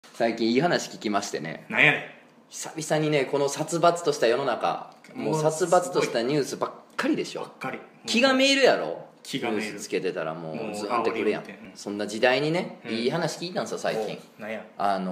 最近いい話聞きましてね、 なんやね久々にね、この殺伐とした世の中、もう殺伐としたニュースばっかりでしょ。 ばっかり気がめいるやろ。 気がめいるニュースつけてたらももううズーンってくるやん、 煽り運転そんな時代にね、 うんいい話聞いたんですよ最近。 おなんや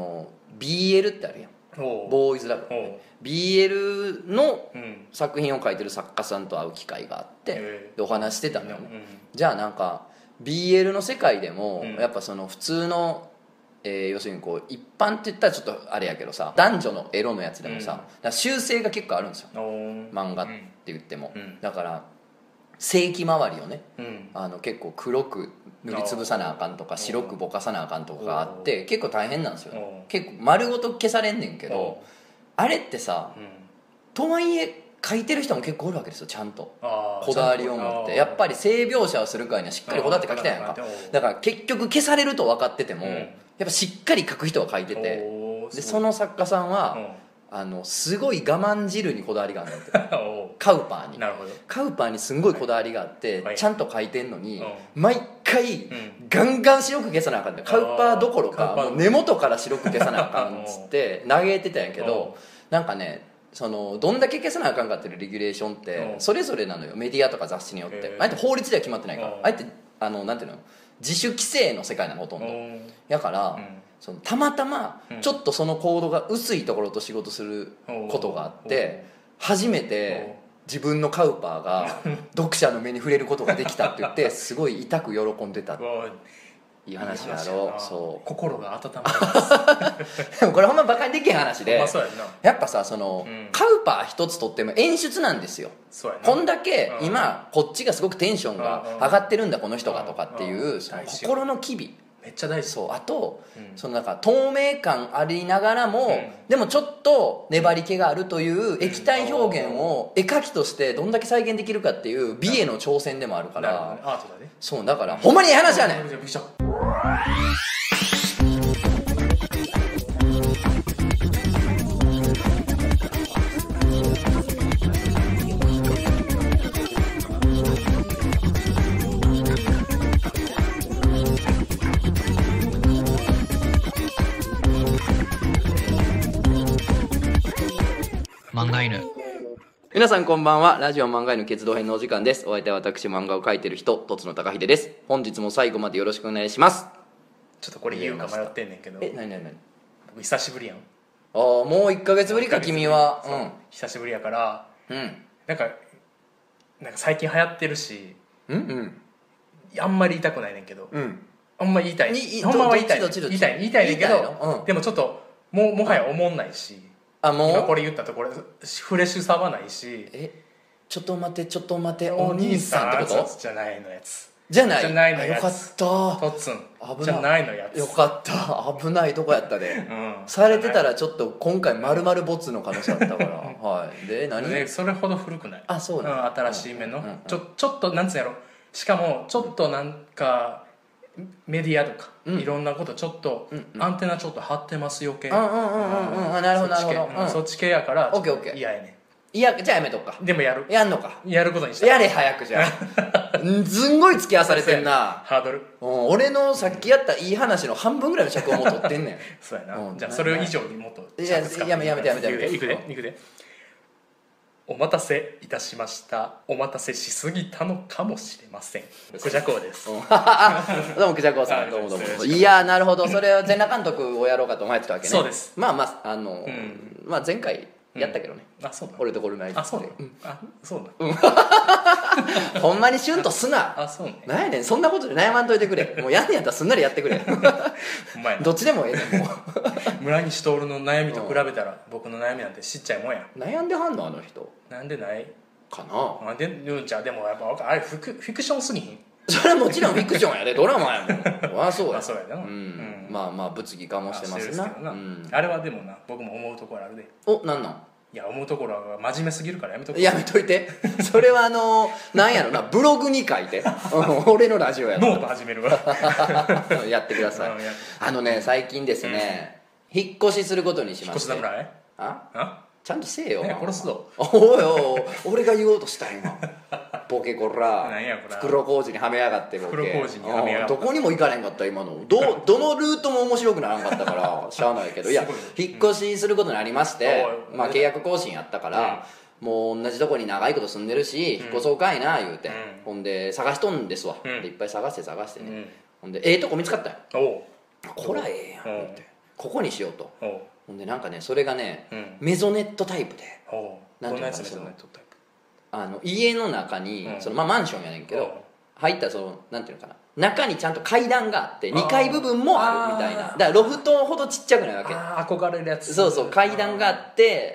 BL ってあるやん、 おうボーイズラブ、 おう BL のうん作品を書いてる作家さんと会う機会があって、でお話してたのよね、 うんじゃあなんか BL の世界でも、 うんやっぱその普通の、要するにこう一般って言ったらちょっとあれやけどさ、男女のエロのやつでもさ、 うんだから修正が結構あるんですよ、 おう漫画って言っても、 うんだから正規周りをね、 うん結構黒く塗りつぶさなあかんとか白くぼかさなあかんとかがあって結構大変なんですよ、 お結構丸ごと消されんねんけおど、あれってさ、 うんとはいえ書いてる人も結構おるわけですよ、ちゃんとあーこだわりを持ってやっぱり性描写をするからにはしっかりこだわって書きたいやんか、だから結局消されると分かってても、 うんやっぱしっかり書く人は書いてて、でそのの作家さんは、すごい我慢汁にこだわりがあるんだってカウパーになるほどカウパーにすんごいこだわりがあって、 はいちゃんと書いてんのに、 うん毎回、 んガンガン白く消さなあかんねん、カウパーどころかカウパーもう根元から白く消さなあかんっつって嘆いてたんやけど、なんかねそのどんだけ消さなあかんかっていうレギュレーションってうんそれぞれなのよ、メディアとか雑誌によって、 へーあえて法律では決まってないから、 うんあえてなんていうの自主規制の世界なのほとんど、だから、そのたまたまうんちょっとそのコードが薄いところと仕事することがあって、初めて自分のカウパーが読者の目に触れることができたって言ってすごい痛く喜んでた。いい話やろ。そう心が温まりますでもこれほんまバカにできへん話で、 まあそうやなやっぱさその、 うんカウパー一つとっても演出なんですよ。 そうやなこんだけうん今こっちがすごくテンションが上がってるんだこの人がとかっていううんその大事心の機微、 めっちゃ大事そうあと、 うんそのなんか透明感ありながらも、 うんでもちょっと粘り気があるという液体表現を絵描きとしてどんだけ再現できるかっていう美への挑戦でもあるから、 なるほどねアートだねそうだからほんまにいい話やねん。 びっくりした漫画犬。 皆さんこんばんは。ラジオ漫画への決動編のお時間です。お相手は私漫画を描いてる人とつの高秀です。本日も最後までよろしくお願いします。 ちょっとこれ言うか迷ってんねんけど何僕久しぶりやんもう1ヶ月ぶりか君は。 そう久しぶりやからうんなんか最近流行ってるしうんあんまり言いたくないねんけどうんほんま言いたいいほんまは言いたいどっち言いたいねんけ言いたいのどでもちょっともはや思んないし今もうこれ言ったとこれフレッシュさはないしちょっと待てお兄さんってことじゃないのやつじゃないじゃないのやつよかったとっつん危なじゃないのやつよかった危ないとこやったで、 うんされてたらちょっと今回丸々ボツの可能性あったからはいで何、 ねそれほど古くないそうなんだ新しい目のうんちょっとなんつうんやろしかもちょっとなんかメディアとかいろんなことちょっとアンテナちょっと張ってますよ系なるほどなるほどそっち系やからオッケーオッケー嫌やねいやじゃあやめとくかんでもやるやることにしたやれ早くじゃあすんごい付き合わされてんなハードル俺のさっきやったいい話の半分ぐらいの尺をもう取ってんねんそうやうなんじゃあそれ以上にもっといややめていくでお待たせいたしましたお待たせしすぎたのかもしれませんクジャコウですどうもクジャコウさんどうもいやなるほどそれは全裸監督をやろうかと思ってたわけねそうですまあ前回やったけどねあそうだ俺とゴルナイトあそうだあそうだほんまにシュンとすなあそうねなんやねんそんなことで悩まんといてくれもうやんねやったらすんなりやってくれお前どっちでもええねんも村西徹の悩みと比べたら僕の悩みなんてちっちゃいもんやう悩んではんのあの人なんでないかななんでじゃあでもやっぱあれフィクションすぎひんそれはもちろんフィクションやでドラマやもんあそうやそうやなまあ物議かもしてますなあれはでもな僕も思うところあるでなんなんいや思うところは真面目すぎるからやめとくやめといてそれはなんやろなブログに書いて俺のラジオやノート始めるわやってください最近ですね引っ越しすることにしまして引っ越し侍あちゃんとせえよ、 殺すぞ。 おいおい俺が言おうとした今ボケこら何やこら袋小路にはめやがってボケ袋小路にはめやがったどこにも行かれんかった今のどのルートも面白くならんかったからしゃあないけどいや引っ越しすることになりまして、まあ、契約更新やったから、もう同じとこに長いこと住んでるし、引っ越そうかいな言うて、ほんで探しとんですわ、でいっぱい探してね、ほんでとこ見つかったよ。こらええやん言うてここにしようと。ほんでなんかねそれがね、メゾネットタイプで、 どんなやつメゾネットタイプ？ 家の中に、まあ、マンションやねんけど、入ったらなんていうのかな、中にちゃんと階段があって2階部分もあるみたいな、だからロフトほどちっちゃくないわけ。 憧れるやつ。 そう階段があって、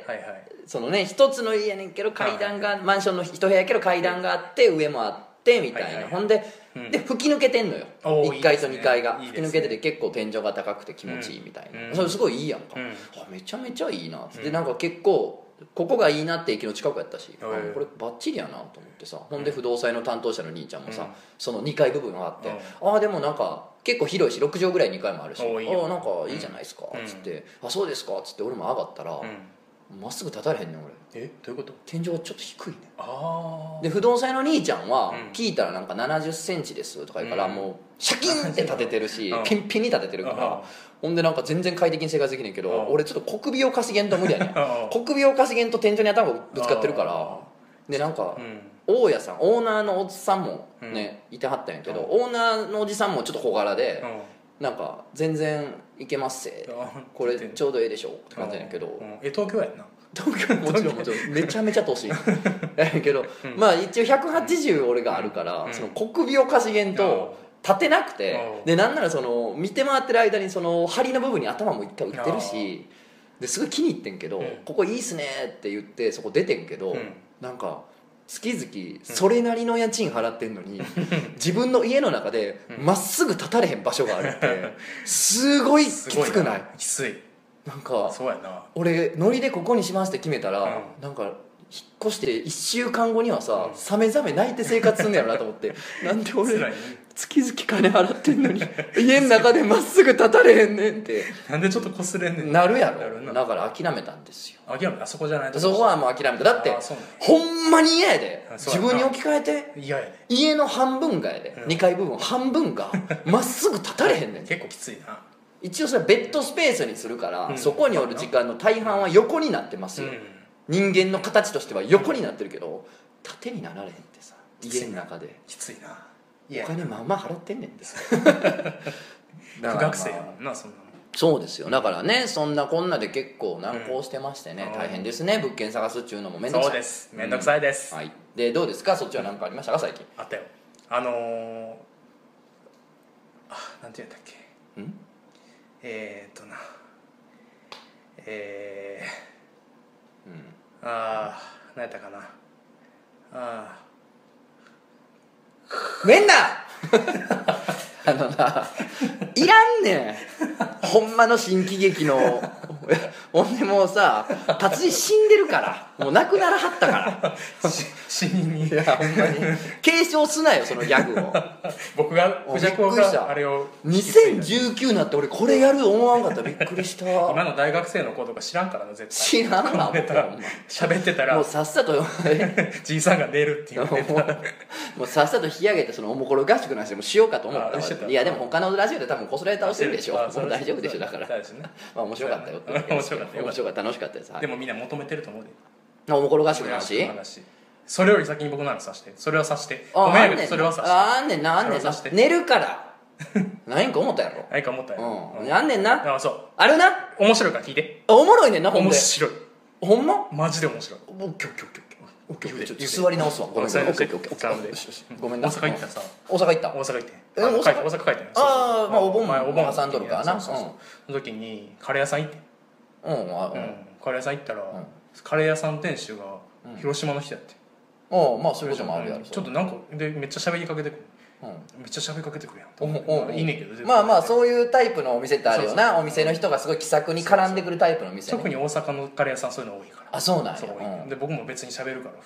はいはい、 そのね一つの家やねんけど階段が、マンションの一部屋やけど階段があって上もあってみたいな、ほんで、で吹き抜けてんのよ、1階と2階が吹き抜けてて結構天井が高くて気持ちいいみたいな、それすごいいいやんか、めちゃめちゃいいなって、なんか結構ここがいいなって駅の近くやったし、これバッチリやなと思ってさ、ほんで不動産の担当者の兄ちゃんもさ、その2階部分があって、でもなんか結構広いし6畳ぐらい2階もあるし、なんかいいじゃないですかっつって、そうですかっつって俺も上がったら、まっすぐ立たれへんねん俺。 どういうこと？ 天井がちょっと低いねん。で不動産の兄ちゃんは聞いたらなんか70センチですとか言うから、もうシャキンって立ててるし、ピンピンに立ててるから、ほんでなんか全然快適に生活できねんけど、俺ちょっと小首をかしげんと無理やねん。小首をかしげんと天井に頭ぶつかってるから。でなんか大家さん、オーナーのおじさんもねいてはったんやけど、オーナーのおじさんもちょっと小柄で、なんか全然いけますせ、これちょうどええでしょって感じやけど、 東京やんな。 東京もちろんめちゃめちゃ年やけど、まあ一応180俺があるから、その小首をかしげんと立てなくて、でなんならその見て回ってる間にその梁の部分に頭も一回打ってるし、ですごい気に入ってんけど、ここいいっすねって言ってそこ出てんけど、なんか月々それなりの家賃払ってんのに、自分の家の中でまっすぐ立たれへん場所があるってすごいきつくない？ きつい。 なんかそうやな、 俺ノリでここにしますって決めたら、なんか引っ越して1週間後にはさ、さめざめ泣いて生活すんねやろなと思って、なんで俺月々金払ってんのに家の中でまっすぐ立たれへんねんって、 なんでちょっと擦れんねんなるやろ。だから諦めたんですよ。 諦めた？あそこじゃないと。 そこはもう諦めた。だってほんまに嫌やで、自分に置き換えて、 嫌やで、 家の半分がやで、2階部分半分がまっすぐ立たれへんねん。 結構きついな。 一応それはベッドスペースにするから、そこにおる時間の大半は横になってますよ、人間の形としては横になってるけど縦になられへんってさ、家の中できついな。 お金まあまあ払ってんねんです不学生やもんな、そんなの。 そうですよ。だからね、そんなこんなで結構難航してましてね、大変ですね。物件探すっちゅうのも面倒くさい。 そうです、面倒くさいです、 はい。でどうですか、そっちは何かありましたか最近？ あったよ。なんて言うんだっけ、何やったかな。 めんないらんねんほんまの新喜劇のほんでもうさ達人死んでるからもう亡くならはったから死人に。 いやほんまに継承すなよそのギャグを。 僕がクジャクがあれを 2019になって俺これやる思わんかった。びっくりした。 今の大学生の子とか知らんからな、絶対知らんわ。 喋ってたらもうさっさとじいさんが寝るっていうネタもうさっさと引き上げてそのおもころ合宿の話でもしようかと思ったわ。いやでも他のラジオで多分こすられ倒してるでしょ。もう大丈夫でしょ。だからまあ面白かったよ。 面白かったよ。 面白かった、楽しかったです。 でもみんな求めてると思うで。 おもころ合宿の話。 それより先に僕の話さして。それはさして。ごめんやけどそれはさして。 あんねんな、あんねんな。寝るから何か思ったやろ。 何か思ったやろ。あんねんな。 あ、そうあるな。 面白いから聞いて。 おもろいねんな。ほんで面白い。 ほんまマジで面白い。 オッケーオッケーオッケー。ちょっと座り直すわ。ごめんなさい。ごめんな。 大阪行ったさ。 大阪行った。 大阪行って大阪帰ってん。 ああ、まあお盆挟んどるからな。 その時にカレー屋さん行って。カレー屋さん行ったらカレー屋さん店主が広島の人やって。 まあそういう人もあるやろ。 ちょっとなんかでめっちゃ喋りかけてくる。めっちゃ喋りかけてくるやん。いいねんけど。 まあまあそういうタイプのお店ってあるよな。お店の人がすごい気さくに絡んでくるタイプの店。 特に大阪のカレー屋さんそういうの多いから。 あ、そうなんや。 で僕も別に喋るから。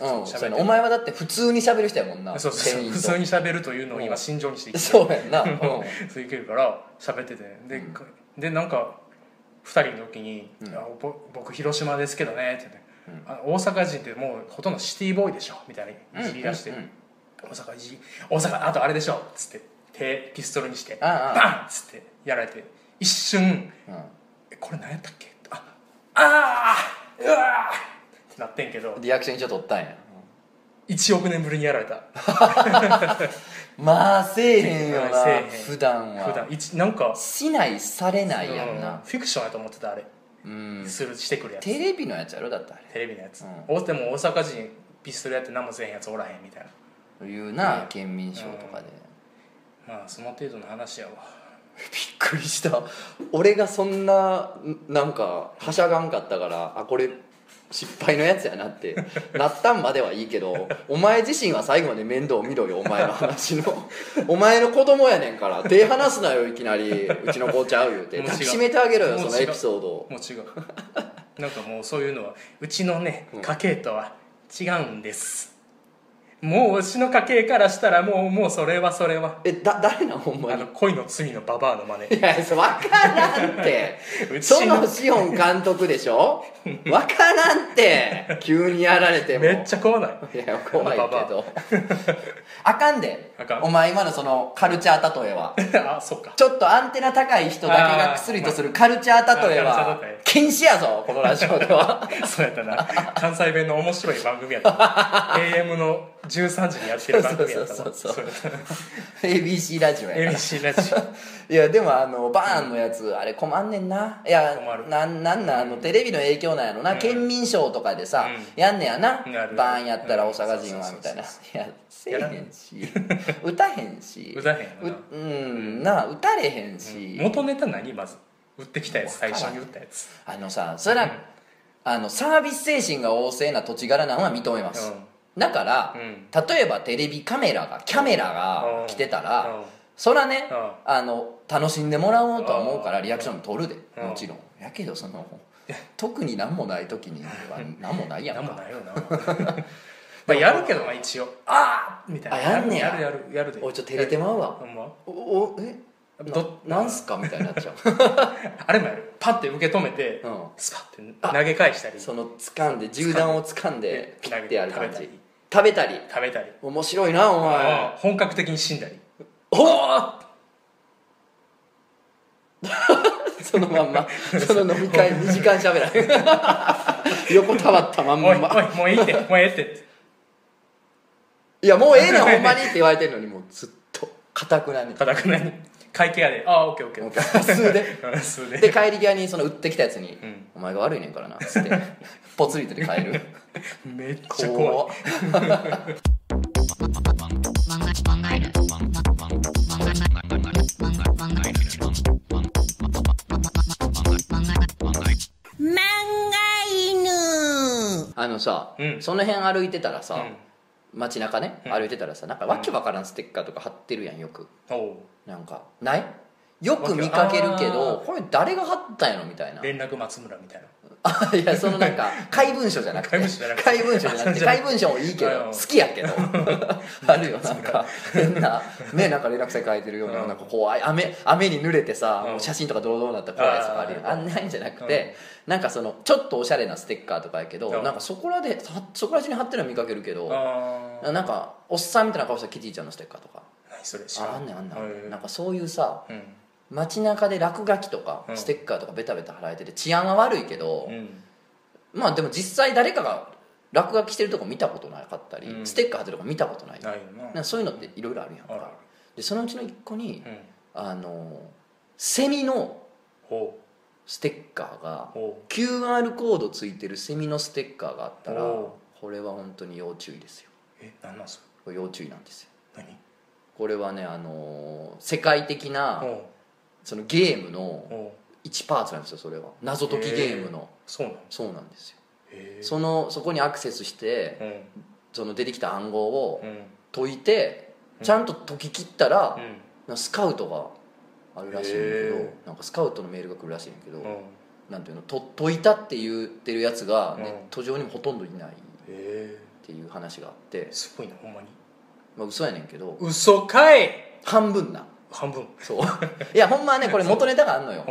お前はだって普通に喋る人やもんな。 そうそう、普通に喋るというのを今心情にしていける。そうやんな。 そういけるから喋ってて、でなんか2人の時に「僕広島ですけどね」って言って大阪人ってもうほとんどシティボーイでしょみたいな言い出して、大阪あとあれでしょっつって手ピストルにしてバンっつってやられて一瞬、これ何やったっけうわーってなってんけどリアクション一応取ったんや、 1億年ぶりにやられたまあせえへんよな、普段はなんかしないされないやんな、 フィクションやと思ってたあれ、してくるやつテレビのやつやろだったあれテレビのやつ、でも大阪人ピストルやって何もせえへんやつおらへんみたいないうな、県民賞とかで、 まあその程度の話やわびっくりした。俺がそんななんかはしゃがんかったからこれ失敗のやつやなってなったんまではいいけど、お前自身は最後まで面倒見ろよ、お前の話のお前の子供やねんから手離すなよ、いきなりうちの子ちゃう言うて抱きしめてあげろよ、そのエピソードを。 もう違うなんかもうそういうのはうちのね家系とは違うんです、もううちの家系からしたらもうそれは誰なんほんまに恋の罪のババアの真似。 いや分からんってそのシオン監督でしょ、分からんって急にやられてもめっちゃ怖ない。 いや怖いけどあかんで、お前今のそのカルチャー例えはあ、そっか、 ちょっとアンテナ高い人だけが薬とするカルチャー例えは禁止やぞ、このラジオではそうやったな、関西弁の面白い番組やったAM の13時にやってる番組やったそう ABC ラジオやな ABC ラジオいやでもバーンのやつ、あれ困んねんな。いやなんテレビの影響なんやろな、県民賞とかでさ、やんねやな、バーンやったら大阪人はみたいな。いやせえへんし歌へんし歌れへんし、 元ネタ何、まず売ってきたやつ、最初に売ったやつさ、それはサービス精神が旺盛な土地柄なんは認めます、だから、例えばテレビキャメラが来てたら、そらね、楽しんでもらおうとは思うからリアクション取るで、もちろんやけど、その特に何もない時には何もないやんか何もないよなまあやるけどな、一応みたいな、 やんねや、 やるで、 おいちょっと照れてまうわ、 ほんまなんすかみたいになっちゃうあれもやる、パッて受け止めて、スパッて投げ返したり、 その掴んで銃弾を掴んでピッてやる感じ、 食べたり面白いなお前、 本格的に死んだりそのまんまその飲み会2時間しゃべらへん横たわったまんま、 もういいってもうええっていやもうええねんほんまにって言われてるのに、もうずっと固くなに会計やで、オッケー数でで帰り際にその売ってきたやつに、お前が悪いねんからなっつってポツリとで帰るめっちゃ怖いさ、その辺歩いてたらさ、街中ね、歩いてたらさ、なんかわけわからんステッカーとか貼ってるやん、よく。なんかないよく見かけるけど、これ誰が貼ったんやろみたいな。 連絡松村みたいな。 いや、そのなんか怪文書じゃなくて怪文書もいいけど好きやけどあるよ、なんか変なね、なんか連絡先書いてるような、なんか怖い雨に濡れてさ、もう写真とかドロドロになった怖いやつとかあるよ、あんなんじゃなくて、なんかそのちょっとおしゃれなステッカーとかやけど、なんかそこら中に貼ってるの見かけるけど、なんかおっさんみたいな顔したキティちゃんのステッカーとか、 何それ、 あんねんなんかそういうさ、街中で落書きとかステッカーとかベタベタ貼られてて治安は悪いけど、まあでも実際誰かが落書きしてるとこ見たことなかったり、ステッカー貼ってるとこ見たことない、そういうのっていろいろあるやんか。でそのうちの一個に、セミのステッカーが QR コードついてるセミのステッカーがあったら、これは本当に要注意ですよ。 何なんすか？ これ要注意なんですよ。 何？ これはね、世界的なそのゲームの1パーツなんですよ。それは謎解きゲームの、そうなんですよ。そこにアクセスして、その出てきた暗号を解いて、ちゃんと解き切ったら、スカウトがあるらしいんだけど、なんかスカウトのメールが来るらしいんだけど、なんていうの、解いたって言ってるやつがネット上にもほとんどいないっていう話があって、 すごいな、ほんまに。 まあ嘘やねんけど、 嘘かい。 半分な、 半分。 そういやほんまはね、これ元ネタがあんのよ。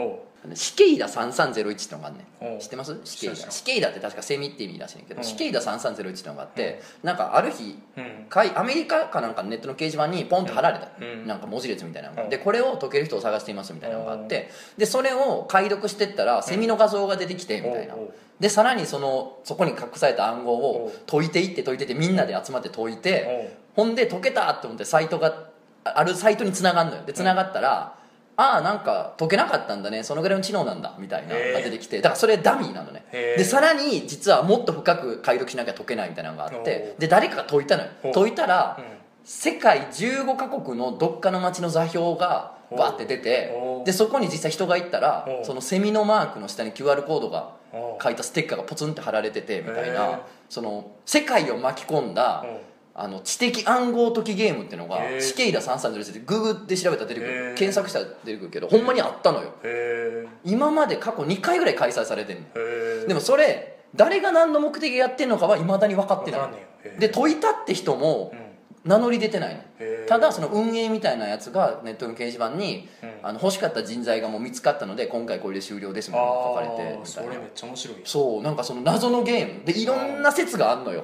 シケイダ3301ってのがあんねん。知ってます？シケイダ。 知らんシケイダって確かセミって意味らしいねんけど、 うんシケイダ3301ってのがあって、なんかある日、 うんアメリカかなんかのネットの掲示板にポンと貼られた、 うんなんか文字列みたいなのが、 うんでこれを解ける人を探していますみたいなのがあって、でそれを解読してったらセミの画像が出てきてみたいな、 おうおうでさらにそこに隠された暗号を解いていってみんなで集まって解いて、ほんで解けたって思ってサイトがあるサイトに繋がるのよ。で繋がったら、ああなんか解けなかったんだね、そのぐらいの知能なんだみたいなのが出てきて、だからそれダミーなのね。でさらに実はもっと深く解読しなきゃ解けないみたいなのがあって、で誰かが解いたのよ。解いたら、世界15カ国のどっかの街の座標がバーって出て、でそこに実際人が行ったら、そのセミのマークの下に QR コードが書いたステッカーがポツンって貼られててみたいな、その世界を巻き込んだ知的暗号解きゲームっていうのがシケイダ3301でググって調べたら出てくる、検索したら出てくるけど、ほんまにあったのよ。今まで過去2回ぐらい開催されてんの。でもそれ誰が何の目的でやってんのかはいまだに分かってない。で解いたって人も名乗り出てないの。ただその運営みたいなやつがネットの掲示板に、欲しかった人材がもう見つかったので今回これで終了ですみたいなのが書かれてみたいな。 それめっちゃ面白い。 そう、なんかその謎のゲームでいろんな説があんのよ。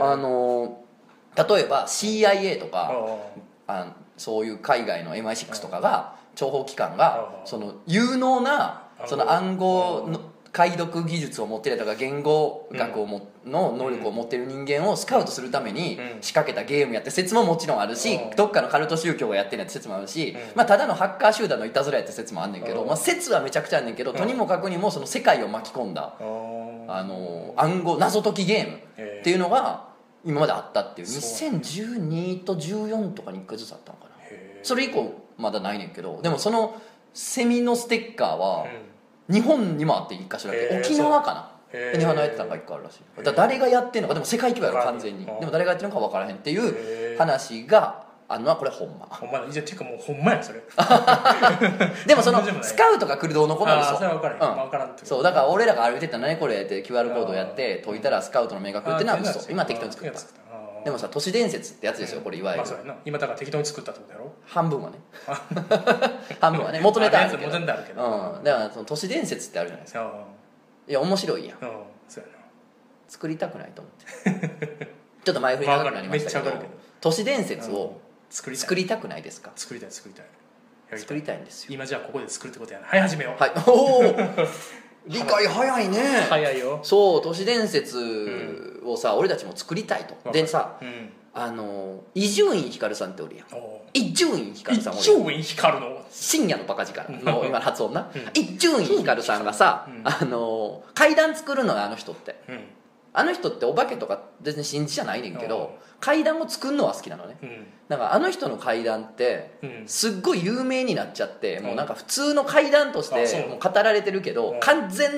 例えば CIA とかそういう海外の MI6 とかが諜報機関がその有能なその暗号の解読技術を持ってるとか言語学をの能力を持ってる人間をスカウトするために仕掛けたゲームやって説ももちろんあるし、どっかのカルト宗教がやってるやつ説もあるし、まあただのハッカー集団のいたずらやって説もあんねんけど、まあ説はめちゃくちゃあんねんけど、とにもかくにもその世界を巻き込んだ暗号謎解きゲームっていうのが今まであったっていう。2012と14とかに1回ずつあったのかな。それ以降まだないねんけど、でもそのセミのステッカーは日本にもあって1か所だけ、沖縄かなで日本のやってたのが1個あるらしい。だから誰がやってんのか、でも世界規模やろ完全に。でも誰がやってるのか分からへんっていう話があるのはこれほんま。 ほんまじゃあていうかもうほんまやそれ。 でもそのスカウトが来るどうのこうの嘘。 それは分からへん、分からんって。 そうだから俺らが歩いてたら何これって QR コードをやって解いたらスカウトの名が来るってのは嘘。今適当に作った。でもさ都市伝説ってやつですよこれ、いわゆる。 今だから適当に作ったってことやろ。 半分はね半分はね元ネタあるけど、 元ネタあるけど、 だからその都市伝説ってあるじゃないですか。いや面白いやん。 そうやな。 作りたくないと思ってちょっと前振り長くなりましたけど、都市伝説を作りたくないですか？ 作りたい作りたいんですよ。 今じゃあここで作るってことやな。はい始めよう。 はい。おお理解早いね。 早いよ。 そう都市伝説をさ、俺たちも作りたいと。でさ、伊集院光さんっておるやん。伊集院光さんおる。 伊集院光の深夜のバカ力の今の発音な。伊集院光さんがさ、階段作るのよあの人って。あの人ってお化けとか別に信じじゃないねんけど、階段を作るのは好きなのね。だからあの人の階段ってすっごい有名になっちゃって、もうなんか普通の階段としてもう語られてるけど、完全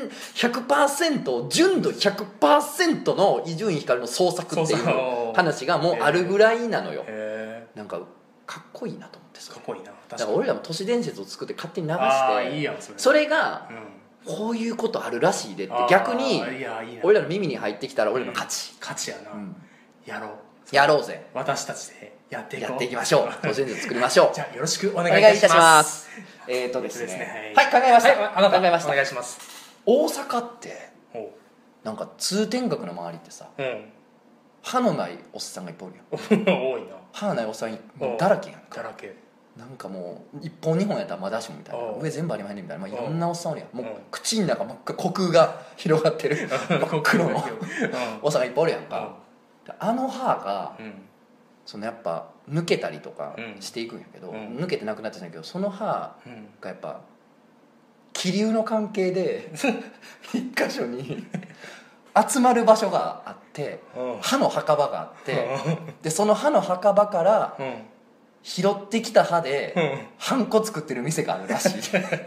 100% 純度 100% の伊集院光の創作っていう話がもうあるぐらいなのよ。なんかかっこいいなと思ってさ。 かっこいいな。 だから俺らも都市伝説を作って勝手に流してそれがこういうことあるらしいでって逆に俺らの耳に入ってきたら俺らの勝ちやな。 やろうぜ。 私たちでやっていきましょう。都市伝説作りましょう。 じゃあよろしくお願いいたします。 ですね、はい考えました。考えました。 お願いします。 大阪ってなんか通天閣の周りってさ、歯のないおっさんがいっぱいおるやん。 多いな。 歯のないおっさんだらけやんか。 だらけ。 なんかもう1本2本やったらまだしもみたいな、上全部ありまへんねんみたいな、いろんなおっさんおるやん。もう口の中真っ赤、虚空が広がってる真っ黒のおっさんがいっぱいおるやんか。あの歯がそのやっぱ抜けたりとかしていくんやけど、抜けてなくなってたんやけど、その歯がやっぱ気流の関係で一箇所に集まる場所があって、歯の墓場があって、でその歯の墓場から拾ってきた歯でハンコ作ってる店があるらしい。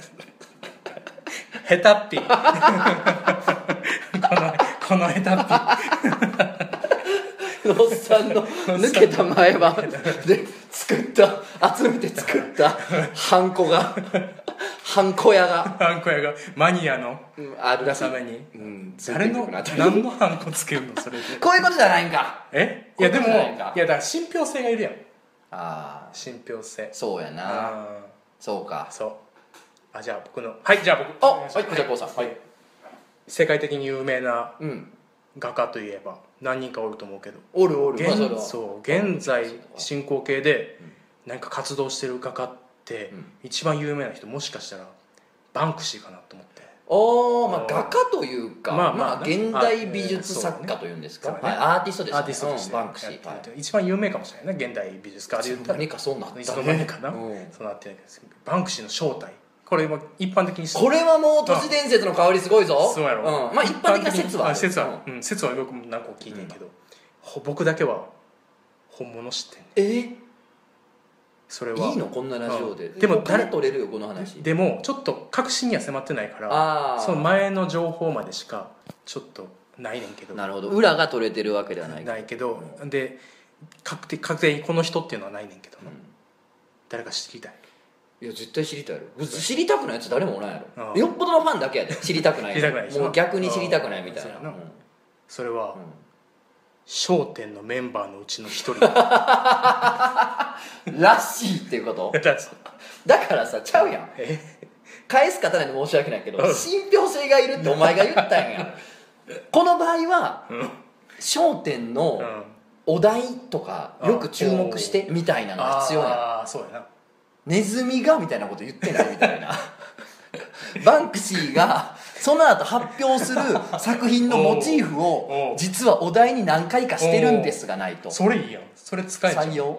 ヘタッピこのヘタッピおっさんの抜けた前歯で集めて作ったハンコがハンコ屋がマニアのあるらしい。 誰の何のハンコつけるのそれで。 こういうことじゃないんか。 いやでもだから信憑性がいるやん。 ああ信憑性。 そうやな。そうか。 そうじゃあ僕のじゃあ僕はいじゃあこうさん、はい、 世界的に有名な画家といえば何人かおると思うけど、 おる現在進行形で何か活動してる画家って一番有名な人、もしかしたらバンクシーかなと思って。 画家というか、現代美術作家というんですか、アーティストですね。 アーティストとしてバンクシー、 一番有名かもしれないね、現代美術家で言ったら。 何かそうなったね。 いつの間にかな、そうなってないですけど、バンクシーの正体、これ今一般的にこれはもう都市伝説の香りすごいぞ。 そうやろ、 一般的な説は説はよく何個聞いてんけど、僕だけは本物知ってんね。それはいいのこんなラジオで。 でも誰取れるよこの話。 でもちょっと確信には迫ってないから、その前の情報までしかちょっとないねんけど。 なるほど、裏が取れてるわけではないけど、で確定にこの人っていうのはないねんけど、誰か知りたい。 いや絶対知りたいやろ。知りたくないやつ誰もおらんやろ。よっぽどのファンだけやで知りたくない。もう逆に知りたくないみたいな。 それは笑点のメンバーのうちの一人らしいっていうことだからさ、ちゃうやん。返す方なんで申し訳ないけど、信憑性がいるってお前が言ったんや。この場合は笑点のお題とかよく注目してみたいなのが必要やん。 そうやな。 ネズミがみたいなこと言ってないみたいな。バンクシーがその後発表する作品のモチーフを実はお題に何回かしてるんですがないと。 それいいやん。それ使えちゃう。 採用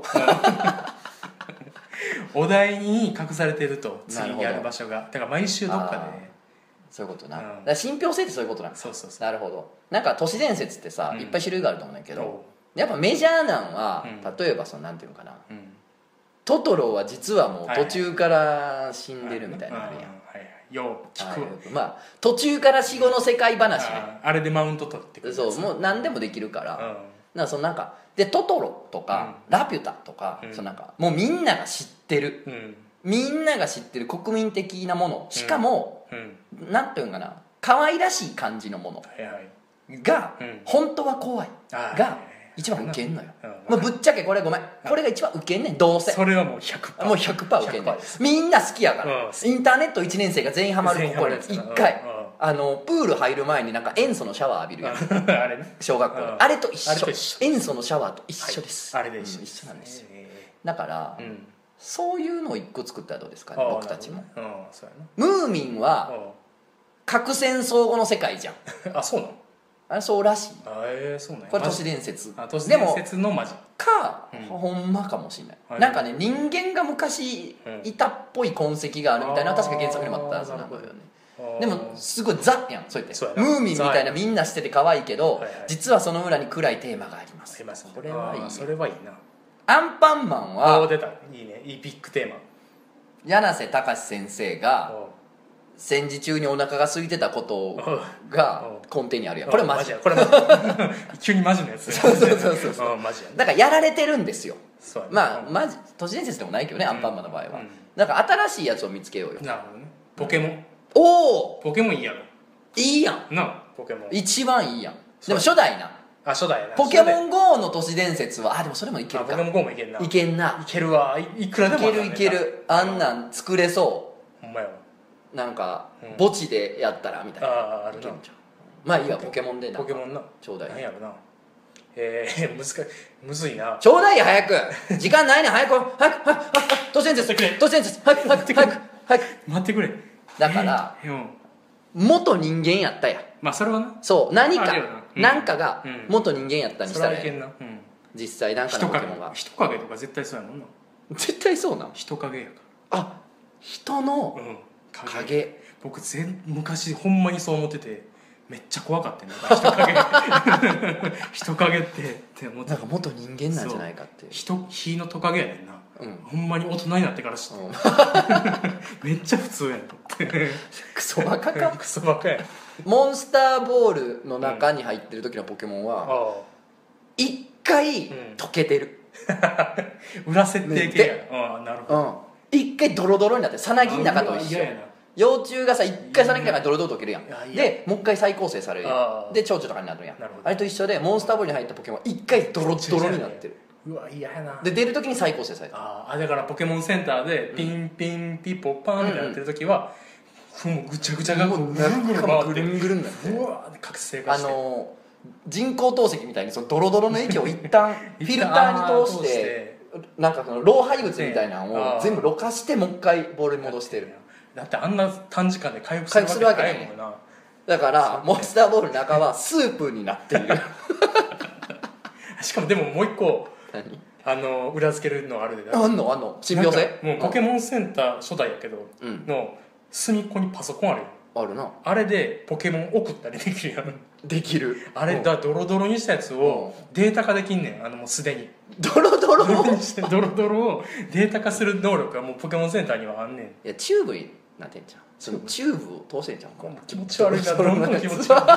お題に隠されてると、次にある場所が。だから毎週どっかで、 そういうことな。だから信憑性ってそういうことなん。 そうなるほど。なんか都市伝説ってさ、いっぱい種類があると思うんだけど、やっぱメジャーなんは、例えばそのなんていうのかな、トトロは実はもう途中から死んでるみたいなのあるやん。 よう聞く。 途中から死後の世界話ね。 あれでマウント取ってくる。 そう、もう何でもできるから。なんかでトトロとか、ラピュタとか、なんかもうみんなが知ってる、みんなが知ってる国民的なもの、しかも、なんていうのかな、可愛らしい感じのものが、本当は怖いが一番ウケんのよ。もうぶっちゃけこれごめん、これが一番ウケんねん。どうせそれはもう 100%、 もう 100% ウケんねん。みんな好きやから、インターネット1年生が全員ハマる。ここに1回プール入る前になんか塩素のシャワー浴びるやんあれね、小学校のあれと一緒。塩素のシャワーと一緒です。 あれで一緒なんですよ。だからそういうのを1個作ったらどうですかね、僕たちも。ムーミンは核戦争後の世界じゃん。 あ、そうなの。 あれそうらしい。 そうね。 これ都市伝説。 都市伝説のマジか、ほんまかもしれない。なんかね、人間が昔いたっぽい痕跡があるみたいな、確か原作にもあったはずなんだよね。でもすごいザやん、そうやってムーミンみたいなみんなしてて可愛いけど、実はその裏に暗いテーマがあります。 これはいい。それはいいな。 アンパンマンは出た、いいね、いいビッグテーマ。 柳瀬隆先生が戦時中にお腹が空いてたことが根底にあるやん。これマジや。 これマジ急にマジのやつ。 そうだからやられてるんですよ。まあマジ都市伝説でもないけどね、アンパンマンの場合は。だから新しいやつを見つけようよ。 なるほどね。ポケモン。 ポケモンいいやろ。 いいやんな、ポケモン一番いいやん。でも初代な。 初代やな。 ポケモン GO の都市伝説はでもそれもいけるか。 ポケモン GO もいけんな。 いけんな。 いけるわ。いくらでもいける。あんなん作れそう。 ほんまやわ。 なんか墓地でやったらみたいな。 あるな。 まあいいわ、ポケモンでな。 ポケモンな。 ちょうだい。 何やろな。むずいな。 ちょうだいや、早く。時間ないねん、早く都市伝説都市伝説、早く待ってくれ。 だから元人間やったや。 まあそれはな。 そう、何かが元人間やったにしたら実際なんかのポケモンが人影とか絶対そうやもんな。 絶対そうなん。 人影やから。 人の影。 僕昔ほんまにそう思ってて、めっちゃ怖かったね。人影人影って思って、 なんか元人間なんじゃないかっていう。 火のトカゲやねんな。ほんまに大人になってから知ってめっちゃ普通やんと思って。 クソバカか。 クソバカやん。 モンスターボールの中に入ってる時のポケモンは一回溶けてる。 裏設定系や。なるほど。 一回ドロドロになって、さなぎの中と一緒。幼虫がさ、一回さなぎの中にドロドロ溶けるやん。でもう一回再構成されるやん。で蝶々とかになるやん。あれと一緒でモンスターボールに入ったポケモンは一回ドロドロになってる。 うわ、嫌やな。 で出る時に再構成された。 だからポケモンセンターでピンピンピポパンってなってる時はもうぐちゃぐちゃがぐるぐる回ってぐるんぐるんなってうわーって覚醒化して人工透析みたいにそのドロドロの液を一旦フィルターに通してなんかその老廃物みたいなのを全部ろ過してもう一回ボールに戻してる。 だってあんな短時間で回復するわけないもんな。 だからモンスターボールの中はスープになっているしかもでももう一個何裏付けるのあるであんの信憑性もうポケモンセンター初代やけど、の隅っこにパソコンあるよ。 あるな。 あれでポケモン送ったりできるやん。 できる。 あれだドロドロにしたやつをデータ化できんねん。もうすでにドロドロドロドロをデータ化する能力がもうポケモンセンターにはあんねん。 いやチューブになってんじゃん。そのチューブを通せんじゃん。 気持ち悪いな。どんどん気持ち悪い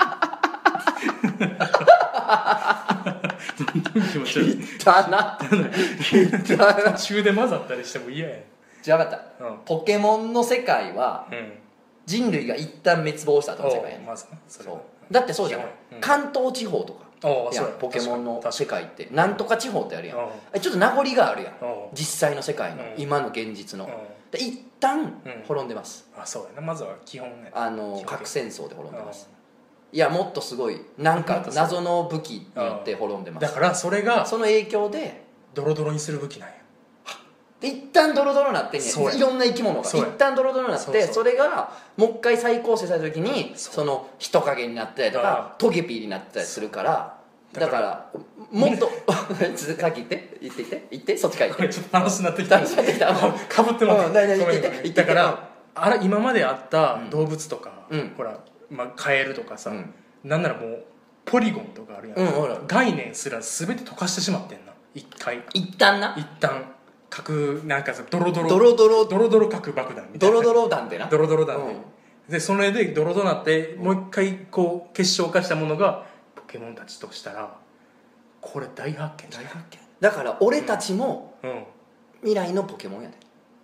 どんどん気持ち悪い。 だな途中で混ざったりしても嫌やん。 じゃあ分かった、ポケモンの世界は、人類が一旦滅亡した後の世界やねん。そうだってそうじゃない、関東地方とかポケモンの世界ってなんとか地方ってあるやん。ちょっと名残があるやん、実際の世界の、今の現実の、で一旦滅んでます。 あ、そうやな。まずは基本ね、 核戦争で滅んでます。いやもっとすごいなんか謎の武器によって滅んでます。 だからそれがその影響でドロドロにする武器なんや。 で一旦ドロドロになってんねん。いろんな生き物が一旦ドロドロになって、それがもう一回再構成された時にその人影になったりとかトゲピーになったりするから、だからもっとさっき言ってそっちから言って。 ちょっと話になってきたかぶってもらってだから今まであった動物とか、ほらカエルとかさ、なんならもうポリゴンとかあるやん、概念すら全て溶かしてしまってんな。一旦核なんかさドロドロ核爆弾みたいな。 ドロドロ弾でな。 ドロドロ弾で、それでドロドロなってもう一回こう結晶化したものがポケモンたちとしたらこれ大発見。 だから俺たちも未来のポケモンやで。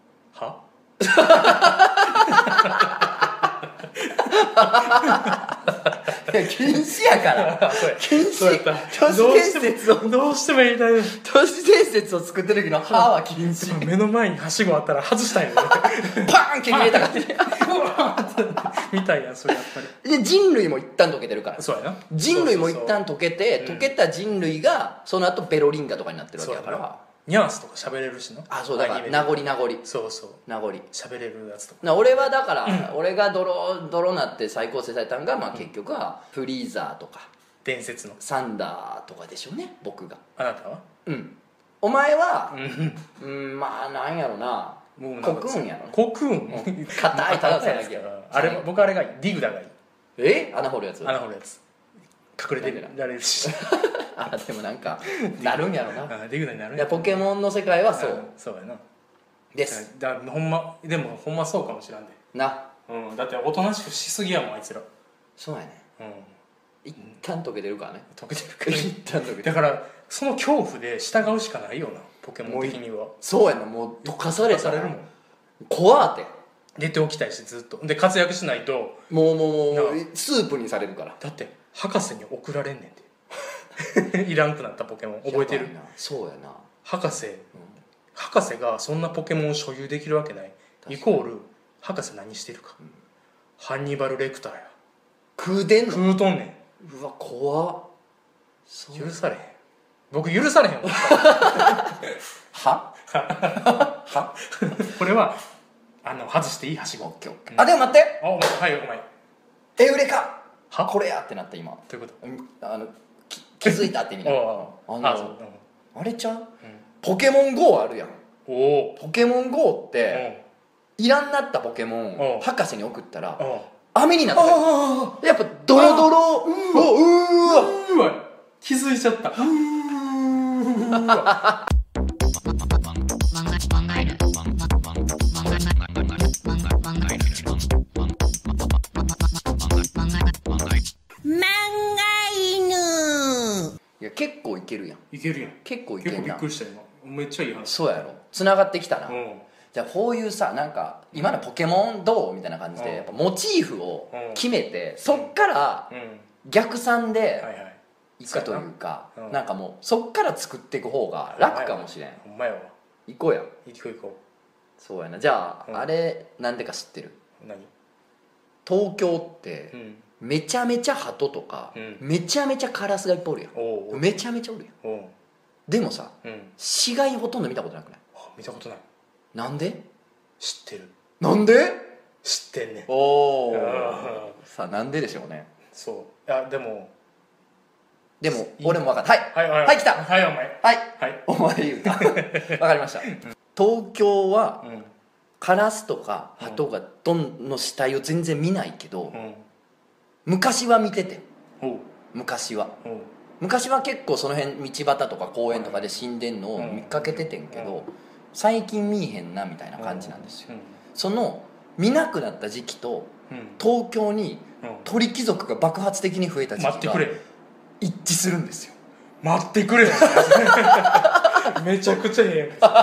いや禁止やから禁止。都市伝説をどうしても言いたい。 都市伝説を作ってる時の歯は禁止。 目の前にはしごあったら外したいよね。 パーン切れたかってみたいや。それやっぱりで人類も一旦溶けてるから。 そうやな。 人類も一旦溶けて溶けた人類がその後ベロリンガとかになってるわけだから。 ニャースとか喋れるしな。 あ、そうだから名残そう名残喋れるやつとか。 俺はだから、俺がドロなって再構成されたんが、結局はフリーザーとか伝説のサンダーとかでしょうね。僕が。 あなたはお前はまあなんやろな、コクーンやろ。 コクーン硬いたださなきゃ。 僕あれがいい。ディグダがいい。 穴掘るやつ。 隠れてられるし。 でもなんかなるんやろな。 ディグダになるんや。ポケモンの世界はそうやなですでもほんまそうかもしらんでな。 だっておとなしくしすぎやもんあいつら。 そうやね。一旦溶けてるからね。 溶けてるから一旦溶けてる。 だからその恐怖で従うしかないよな、ポケモン的には。 そうやな。もう溶かされたらもん。 怖って出ておきたいし、ずっとで活躍しないともうスープにされるから。 だって博士に送られんねんていらんくなったポケモン覚えてる？ そうやな。 博士がそんなポケモンを所有できるわけない。イコール博士何してるか、ハンニバル・レクターや。 食うてんの？ 食うとんねん。うわ怖っ。 許されへん。僕許されへんもんはこれは外していいはしご。 でも待って。 お前エウレカこれやってなった今。 どういうこと？ 気づいたって意味だ。あれちゃう、 うん、 ポケモン GO あるやん。 ポケモン GO っていらんなったポケモン博士に送ったら飴になったやっぱドロドロ。 うわ気づいちゃった。 いや結構いけるやん。結構いけるな。 びっくりした今。めっちゃいい話。 そうやろ。つながってきたな。じゃあこういうさ、なんか今のポケモンどうみたいな感じでやっぱモチーフを決めてそっから逆算でいくというか、なんかもうそっから作っていく方が楽かもしれん。 ほんまやわ。 行こうや。 行こう。 そうやな。じゃああれなんでか知ってる？ 何？ 東京ってめちゃめちゃ鳩とか、めちゃめちゃカラスがいっぱいおるやん。めちゃめちゃおるやん。でもさ、死骸ほとんど見たことなくない？ 見たことない。 なんで？ 知ってる。 なんで？ 知ってんねん。 おお。さあなんででしょうね。 そう。いやでも俺も分かった。はい来た。 はいお前。 はいお前言うた。分かりました。東京はカラスとか鳩がの死体を全然見ないけど、昔は見てて。昔は結構その辺道端とか公園とかで死んでんのを見かけててんけど、最近見えへんなみたいな感じなんですよ。その見なくなった時期と東京に鳥貴族が爆発的に増えた時期が一致するんですよ。 待ってくれめちゃくちゃええやん。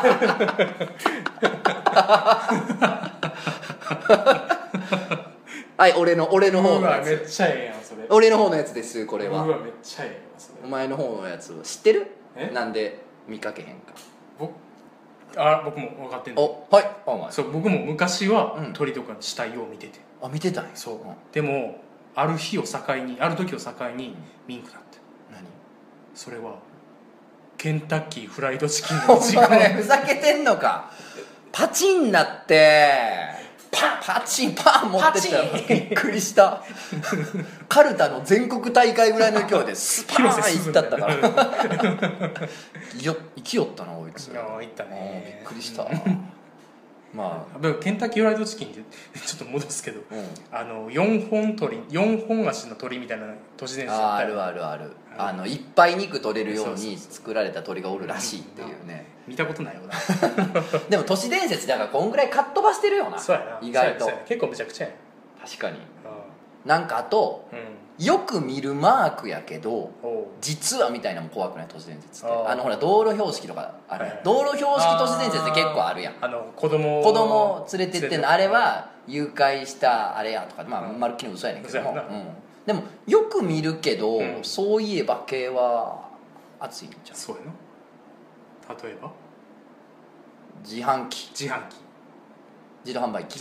はい俺の方のやつ。 めっちゃええやんそれ。 俺の方のやつです。これはめっちゃええやんそれ。 お前の方のやつ知ってる？なんで見かけへんか。 僕も分かってんの。 はいお前。 そう僕も昔は鳥とかの死体を見てて。 見てたんや。 そうでもある時を境に見んくなって。 何？ それはケンタッキーフライドチキンのお前ふざけてんのか。パチンなってパチンパン持ってたらびっくりしたカルタの全国大会ぐらいの勢いでスパーンいったったから生きよったなこいつ。 いったね。 びっくりしたまあケンタッキーフライドチキンってちょっと戻すけど、4本足の鳥みたいな都市伝説あるいっぱい肉取れるように作られた鳥がおるらしいっていうね。 見たことないよなでも都市伝説だからこんぐらいかっ飛ばしてるよな。 そうやな。 意外と結構めちゃくちゃやん。 確かに。なんかあと、よく見るマークやけど実はみたいなのも怖くない？都市伝説ってほら道路標識とかあるやん。道路標識都市伝説って結構あるやん。 子供連れてってんのあれは誘拐したあれやとか、まるっきり嘘やねんけども、でもよく見るけど、そういえば系は熱いんじゃん。 そうやな。例えば自販機自動販売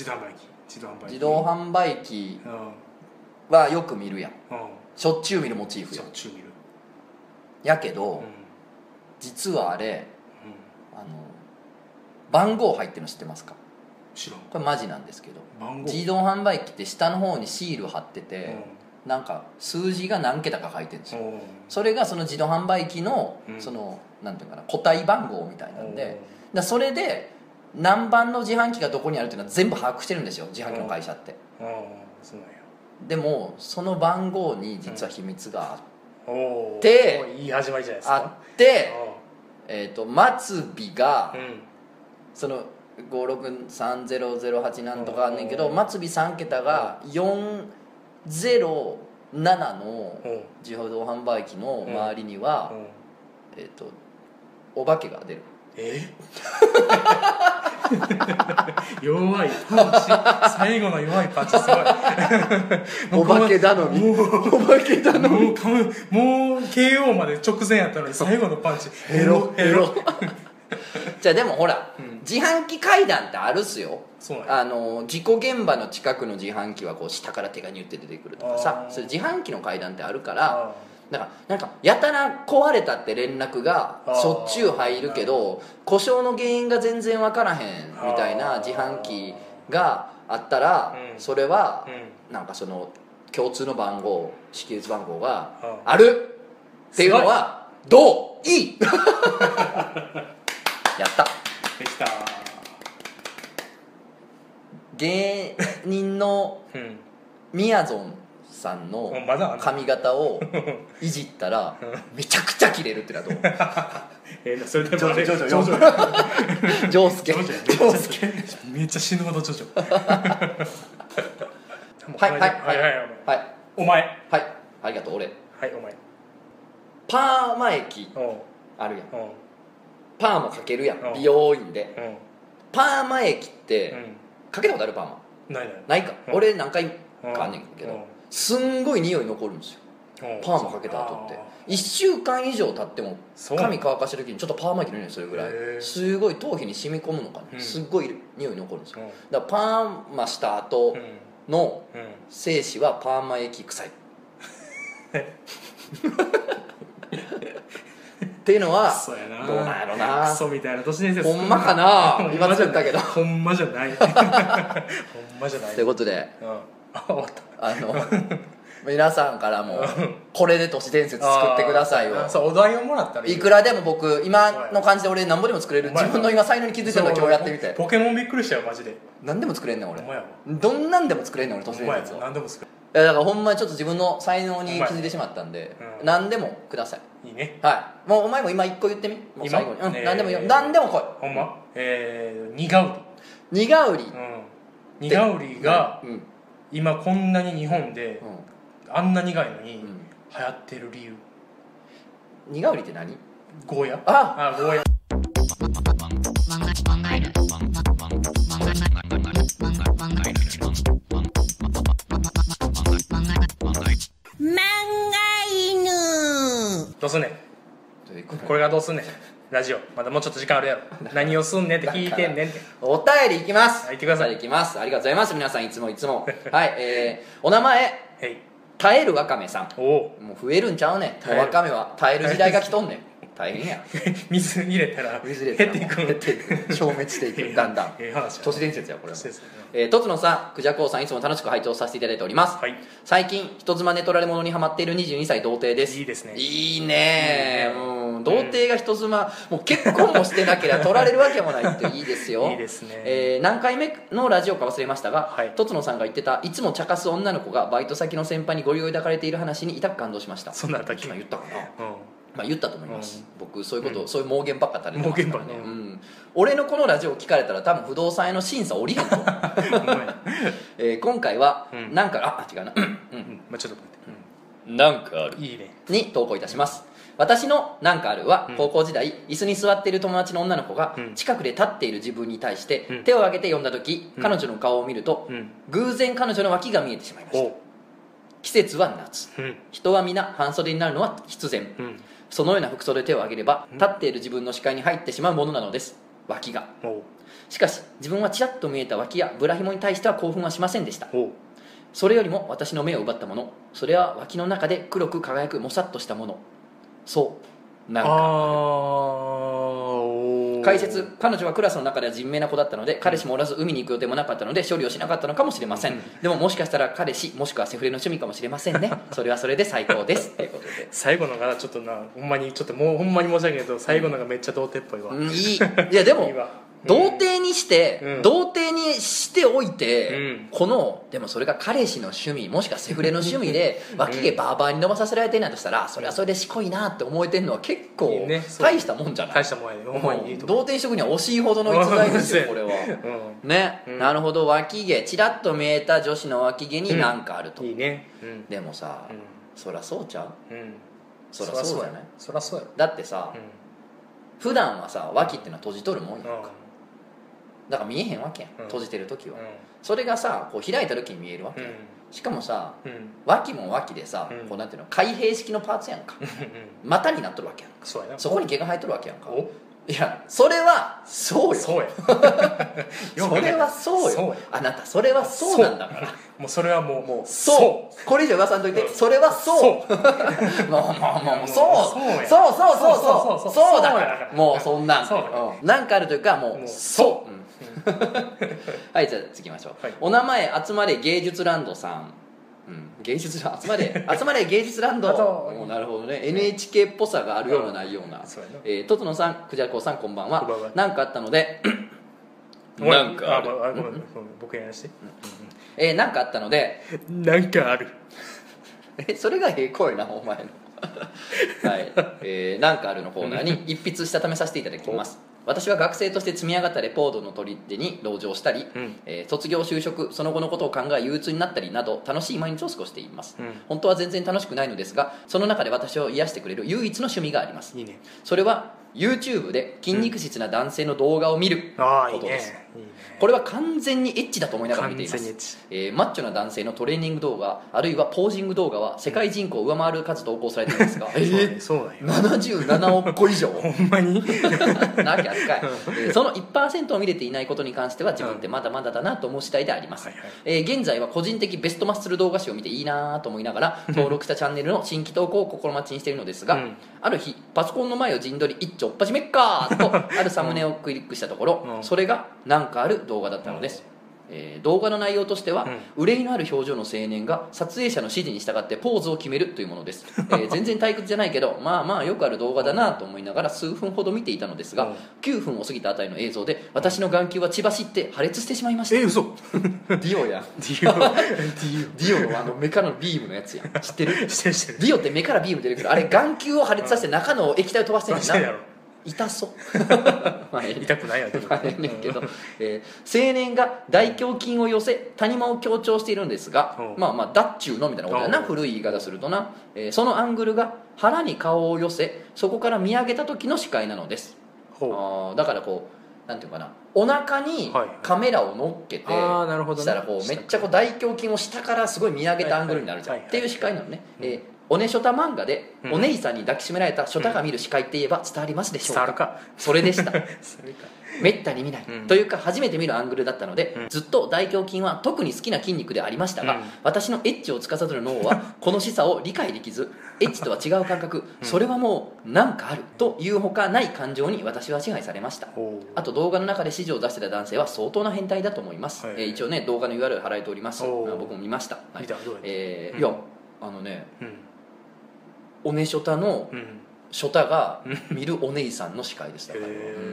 機はよく見るやん。しょっちゅう見るモチーフや。やけど、実はあれ、番号入ってるの知ってますか？ 知らん。 これマジなんですけど、自動販売機って下の方にシール貼ってて、なんか数字が何桁か書いてるんですよ。それがその自動販売機のそのなんていうかな、個体番号みたいなんで、それで何番の自販機がどこにあるっていうのは全部把握してるんですよ、自販機の会社って。 そうなんや。 でもその番号に実は秘密があって、 いい始まりじゃないですか。 あって末尾がその563008なんとかあんねんけど、末尾3桁が407の自動販売機の周りにはお化けが出る。 弱いパンチ、最後の弱いパンチすごいお化け頼みもう KO まで直前やったのに最後のパンチヘロじゃあでもほら、自販機階段ってあるっすよ。事故現場の近くの自販機はこう下から手がニュって出てくるとかさ、それ自販機の階段ってあるから、だからなんかやたら壊れたって連絡がしょっちゅう入るけど故障の原因が全然分からへんみたいな自販機があったら、それはなんかその共通の番号、識別番号があるっていうのはどう？いいやったできた。 芸人のみやぞんさんの髪型をいじったらめちゃくちゃキレるってのはどう？ それでもジョスケめっちゃ死ぬほどジョジョはいお前はいありがとう。俺はいお前パーマ液あるやん。パーマかけるやん美容院で。パーマ液ってかけたことある？パーマないか。俺何回かあんねんけどすんごい匂い残るんですよ、パーマかけた後って。1週間以上経っても髪乾かしてる時にちょっとパーマ液の匂いするぐらいすごい頭皮に染み込むのかね、すっごい匂い残るんですよ。だからパーマした後の精子はパーマ液臭いっていうのはそうやな、 どうなんやろな。 クソみたいな都市伝説ほんまかな今作ったけどほんまじゃないほんまじゃないということで、 終わった皆さんからもこれで都市伝説作ってくださいよ。 そうお題をもらったらいくらでも僕今の感じで俺何ぼでも作れる。自分の今才能に気づいたの今日やってみて。 ポケモンびっくりしたよマジで。 何でも作れんねん俺。 ほんまやわ。 どんなんでも作れんねん俺都市伝説を。 何でも作れいやだからほんまにちょっと自分の才能に気づいてしまったんで、何でもください。 いいね。 はい。もうお前も今一個言ってみ。もう最後に。何でもいいよ。何でも来い。 ほんま苦うり。苦うり。 苦うりが今こんなに日本であんな苦いのに流行ってる理由。 苦うりって何？ ゴーヤ。ゴーヤ。どうすんねんこれがどうすんねんラジオまだもうちょっと時間あるやろ何をすんねんって聞いてんねんってお便りいきます。 はい、行ってください。 いきます。ありがとうございます皆さんいつもはいお名前耐えるわかめさん。もう増えるんちゃうねん。わかめは耐える時代が来とんねん大変や水入れたら減っていく消滅していくだんだん都市伝説やこれは。とつのさん、くじゃこうさんいつも楽しく拝聴させていただいております、最近人妻寝取られ物にハマっている22歳童貞です。 いいですね。 いいね童貞が人妻もう結婚もしてなければ取られるわけもないっていいですよいいですね。 何回目のラジオか忘れましたが、とつのさんが言ってたいつも茶化す女の子がバイト先の先輩にご利用いただかれている話に痛く感動しました。 そんなだけ言ったかな、言ったと思います、僕そういうこと、そういう盲言ばっか垂れてますからね、俺のこのラジオ聞かれたら多分不動産屋の審査降りへんと今回はなんか違うなちょっと待ってなんかあるいいねに投稿いたします。私のなんかあるは高校時代椅子に座っている友達の女の子が近くで立っている自分に対して手を挙げて呼んだ時、彼女の顔を見ると偶然彼女の脇が見えてしまいました。季節は夏、人は皆半袖になるのは必然、そのような服装で手を挙げれば立っている自分の視界に入ってしまうものなのです、脇が。しかし自分はちらっと見えた脇やブラヒモに対しては興奮はしませんでした。それよりも私の目を奪ったもの、それは脇の中で黒く輝くもさっとしたもの、そうなんか解説、彼女はクラスの中では人命な子だったので彼氏もおらず海に行く予定もなかったので処理をしなかったのかもしれません、でももしかしたら彼氏もしくはセフレの趣味かもしれませんねそれはそれで最高ですということで最後のがちょっとなほんまにちょっともうほんまに申し訳ないけど最後のがめっちゃ童貞っぽいわ、 いやでもいいわ童貞にして、童貞にしておいて、このでもそれが彼氏の趣味もしくはセフレの趣味で脇毛バーバーに伸ばさせられてないとしたら、それはそれでしこいなって思えてるのは結構大したもんじゃない。 大したもんやで、ほんまにいいと童貞職には惜しいほどの逸材ですよこれはね、なるほど。脇毛チラッと見えた女子の脇毛に何かあると、いいね、でもさ、そりゃそうちゃう、そりゃそうじゃない。 そりゃそうやだってさ、普段はさ脇ってのは閉じとるもんやんか、だから見えへんわけやん、閉じてる時は、それがさこう開いた時に見えるわけやん、しかもさ、脇も脇でさ、こうなんていうの開閉式のパーツやんか股になっとるわけやんか、そこに毛が生えとるわけやんか。いやそれはそうよそれはそうよあなたそれはそうなんだからもうそれはもうそうこれ以上言わさんといて、それはそうもうそうそうだからもうそんなんなんかあるというかもうそうはい、じゃあ次行きましょう。お名前集まれ芸術ランドさん。芸術集まれ芸術ランドなるほどね、NHK っぽさがあるようなないような。とつのさん、くじゃこさん、こんばんは。何かあったのでなんかある、 僕やらして何かあったのでなんかあるそれが声なお前のはいなんかあるのコーナーに一筆したためさせていただきます。私は学生として積み上がったレポートの取り手に同乗したり、卒業就職その後のことを考え憂鬱になったりなど楽しい毎日を過ごしています、本当は全然楽しくないのですが、その中で私を癒してくれる唯一の趣味があります。いいね。それは YouTube で筋肉質な男性の動画を見ることです。 これは完全にエッチだと思いながら見ていま完全にエッすチ、 マッチョな男性のトレーニング動画あるいはポージング動画は世界人口を上回る数投稿されていますがそうなんよ 77億個以上ほんまになわけあるかいその 1% を見れていないことに関しては自分ってまだまだだなと思う次第であります、現在は個人的ベストマッスル動画集を見ていいなと思いながら登録したチャンネルの新規投稿を心待ちにしているのですが、ある日パソコンの前を陣取り一丁っ端めっかーとあるサムネをクリックしたところ、それがなんかある動画だったのです、動画の内容としては、憂いのある表情の青年が撮影者の指示に従ってポーズを決めるというものです、全然退屈じゃないけどまあまあよくある動画だなと思いながら数分ほど見ていたのですが、9分を過ぎたあたりの映像で私の眼球は血走って破裂してしまいました。 嘘ディオやんディオの目からのビームのやつやん。知ってる？ してるディオって目からビーム出るけどあれ眼球を破裂させて中の液体を飛ばしてんねんな。痛そうまあ痛くないやけど、 青年が大胸筋を寄せ谷間を強調しているんですが、まあまあだっちゅうのみたいなことやな、古い言い方するとな、そのアングルが腹に顔を寄せそこから見上げた時の視界なのです。だからこうなんていうかな、お腹にカメラを乗っけてしたらこうめっちゃこう大胸筋を下からすごい見上げたアングルになるじゃんっていう視界なのね。おねしょた漫画でお姉さんに抱きしめられたショタが見る視界って言えば伝わりますでしょうか。 伝わるか。 それでしためったに見ない、というか初めて見るアングルだったので、ずっと大胸筋は特に好きな筋肉でありましたが、私のエッチを司る脳はこの示唆を理解できずエッチとは違う感覚、それはもうなんかあるというほかない感情に私は支配されました。あと動画の中で指示を出してた男性は相当な変態だと思います、一応ね動画の URL 貼られております。僕も見ました、いやおねしょたのショタが見るお姉さんの視界でした。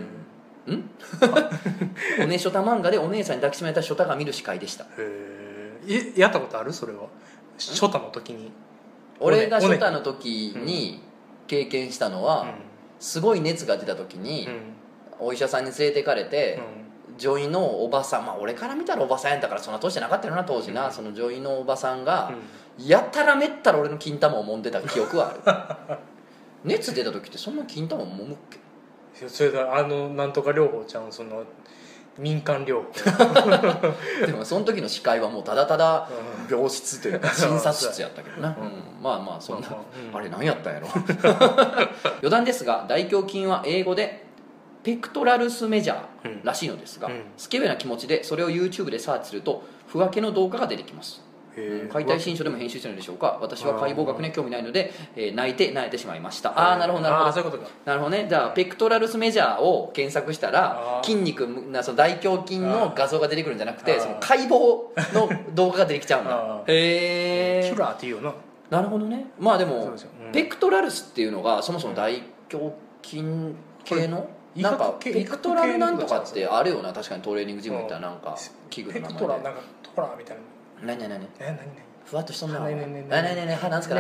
おねしょた漫画でお姉さんに抱きしめられたショタが見る視界でした。 やったことある？それはショタの時に。 俺がショタの時に経験したのは、すごい熱が出た時にお医者さんに連れて行かれて、女医のおばさん、まあ俺から見たらおばさんやったからそんな年じゃなかったよな当時な、その女医のおばさんがやたらめったら俺の金玉を揉んでた記憶はある熱出た時ってそんな金玉を揉むっけ？ それだなんとか療法ちゃん、その民間療法でもその時の視界はもうただただ病室というか診察室やったけどな、まあまあそんな、あれ何やったんやろ余談ですが大胸筋は英語でペクトラルスメジャーらしいのですが、スケベな気持ちでそれを YouTube でサーチすると不分けの動画が出てきます。解体新書でも編集してるんでしょうか。私は解剖学に興味ないので、泣いて萎えてしまいました。なるほどなるほど、 そういうことか。 なるほどね。じゃあペクトラルスメジャーを検索したら筋肉なその大胸筋の画像が出てくるんじゃなくて、その解剖の動画が出てきちゃうんだへキュラーっていうの。 なるほどね。まあでもペクトラルスっていうのがそもそも大胸筋系のなんかペクトラルなんとかってあるよな。確かにトレーニングジム行ったらなんか器具の名前でペクトラなんかトラみたいな。 何ふわっとしとんな。何すか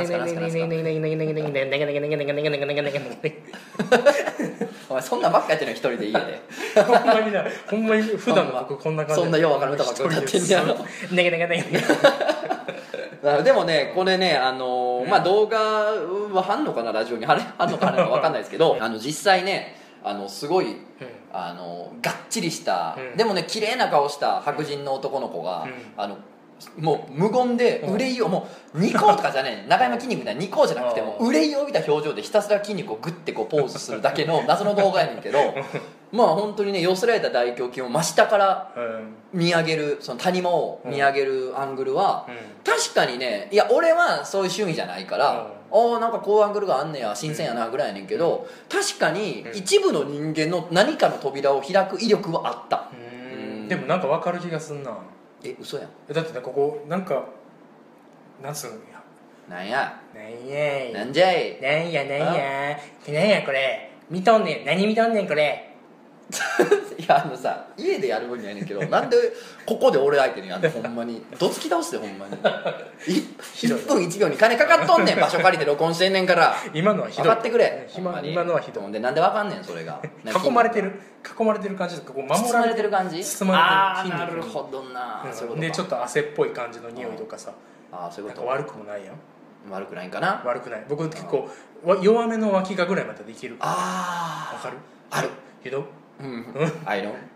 お前そんなばっかやってるの一人で家でほんまに普段の僕こんな感じ。 そんなよう分かる歌ばっか歌ってんねやろでもねこれねまあ動画はあんのかな、ラジオにあんのかな分かんないですけど実際ねすごいがっちりした、でもね綺麗な顔した白人の男の子がもう無言で憂いをもう2個とかじゃねえ中山筋肉みたいな2個じゃなくても憂いを帯びた表情でひたすら筋肉をグッてこうポーズするだけの謎の動画やねんけどまあ本当にね寄せられた大胸筋を真下から見上げるその谷間を見上げるアングルは確かにね、いや俺はそういう趣味じゃないからなんかこういうアングルがあんねや新鮮やなぐらいやねんけど、確かに一部の人間の何かの扉を開く威力はあった。 でもなんか分かる気がすんな。 嘘やん。 だってここなんかなんつうのやなんやなんじゃいなんやこれ見とんねん、何見とんねんこれいやさ家でやる分にはやねんけどなんでここで俺相手にやんのほんまにどつき倒してほんまに1分1秒に金かかっとんねん場所借りて録音してんねんから今のはひどい分かってくれ今のはひどいでなんで分かんねんそれが囲まれてる感じでこう守られてる感じ包まれてるなるほどな、 でちょっと汗っぽい感じの匂いとかさそういうこと悪くもないやん。 悪くないんかな。 悪くない。僕結構弱めの脇がぐらいまでできる。 わかるあるひど I know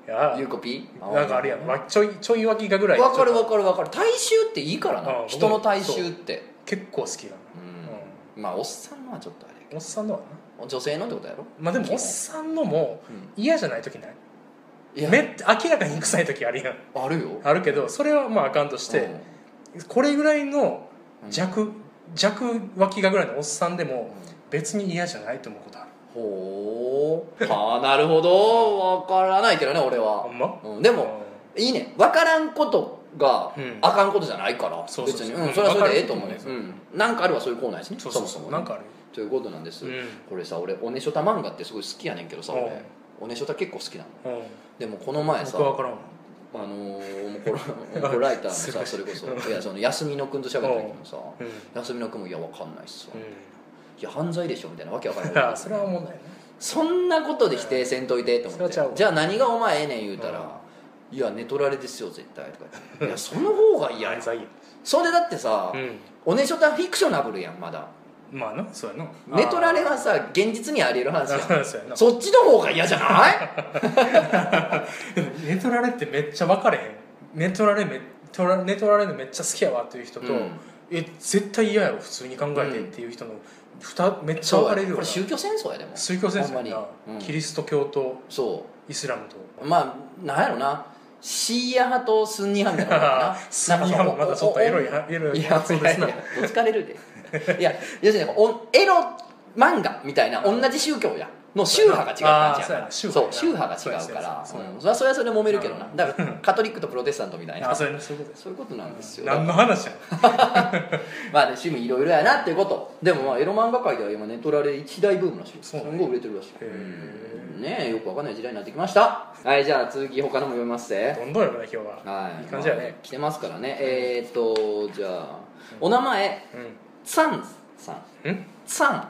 ゆうこ P なんかあれやん、ちょい脇がぐらい。 分かる体臭っていいからな、人の体臭って結構好きだな。 まあおっさんのはちょっとあれ、 おっさんのはな、女性のってことやろ。 まあでもおっさんのも嫌じゃない時ない？ いや明らかに臭い時あるやん。 あるよ。 あるけどそれはまああかんとして、これぐらいの弱脇がぐらいのおっさんでも別に嫌じゃないと思うことある。 ほう、はあ、なるほど。分からないけどね俺は。 ほんま？ でもいいね、分からんことがあかんことじゃないから、別にそれはそれでええと思うね。なんかあるわ、そういうコーナーですね。そもそもなんかあるということなんです。これさ、俺おねしょた漫画ってすごい好きやねんけどさ、俺おねしょた結構好きなの。でもこの前さ、 僕は分からんわ。 コライターのさ、それこそその休みのくんと喋った時もさ、休みのくんもいや分かんないっすわ、いや犯罪でしょみたいなわけわからない。 それは思んないね。 そんなことで否定せんといてと思って、じゃあ何がお前ええねん言うたら、いや寝取られですよ絶対とか言って、いやその方が嫌や。それだってさ、おねしょたフィクショナブルやんまだ。 まあな、そうやな。 寝取られはさ現実にあり得る話やん。そっちの方が嫌じゃない？ 寝取られってめっちゃ分かれへん。寝取られるのめっちゃ好きやわっていう人と、絶対嫌やろ普通に考えてっていう人のめっちゃ分かれるよ。 これ宗教戦争やでも。 宗教戦争やな。キリスト教とイスラムと、 まあなんやろな、シーア派とスンニ派みたいなのかな。 スンニ派もまだちょっとエロいそうですな。 どつかれるで。いや要するにエロ漫画みたいな同じ宗教やの宗派が違う感じやから。そう宗派が違うから、それはそれで揉めるけどな。だからカトリックとプロテスタントみたいな、そういうことなんですよ。 何の話や。 まあ趣味いろいろやなっていうこと。でもまあエロ漫画界では今ネトラレ一大ブームらしい。すごい売れてるらしいね。よくわかんない時代になってきました。はい、じゃあ続き他のも読みますね。 どんどん読むね今日は。はい、いい感じやね。 来てますからね。じゃあお名前ツァンさん。ツァン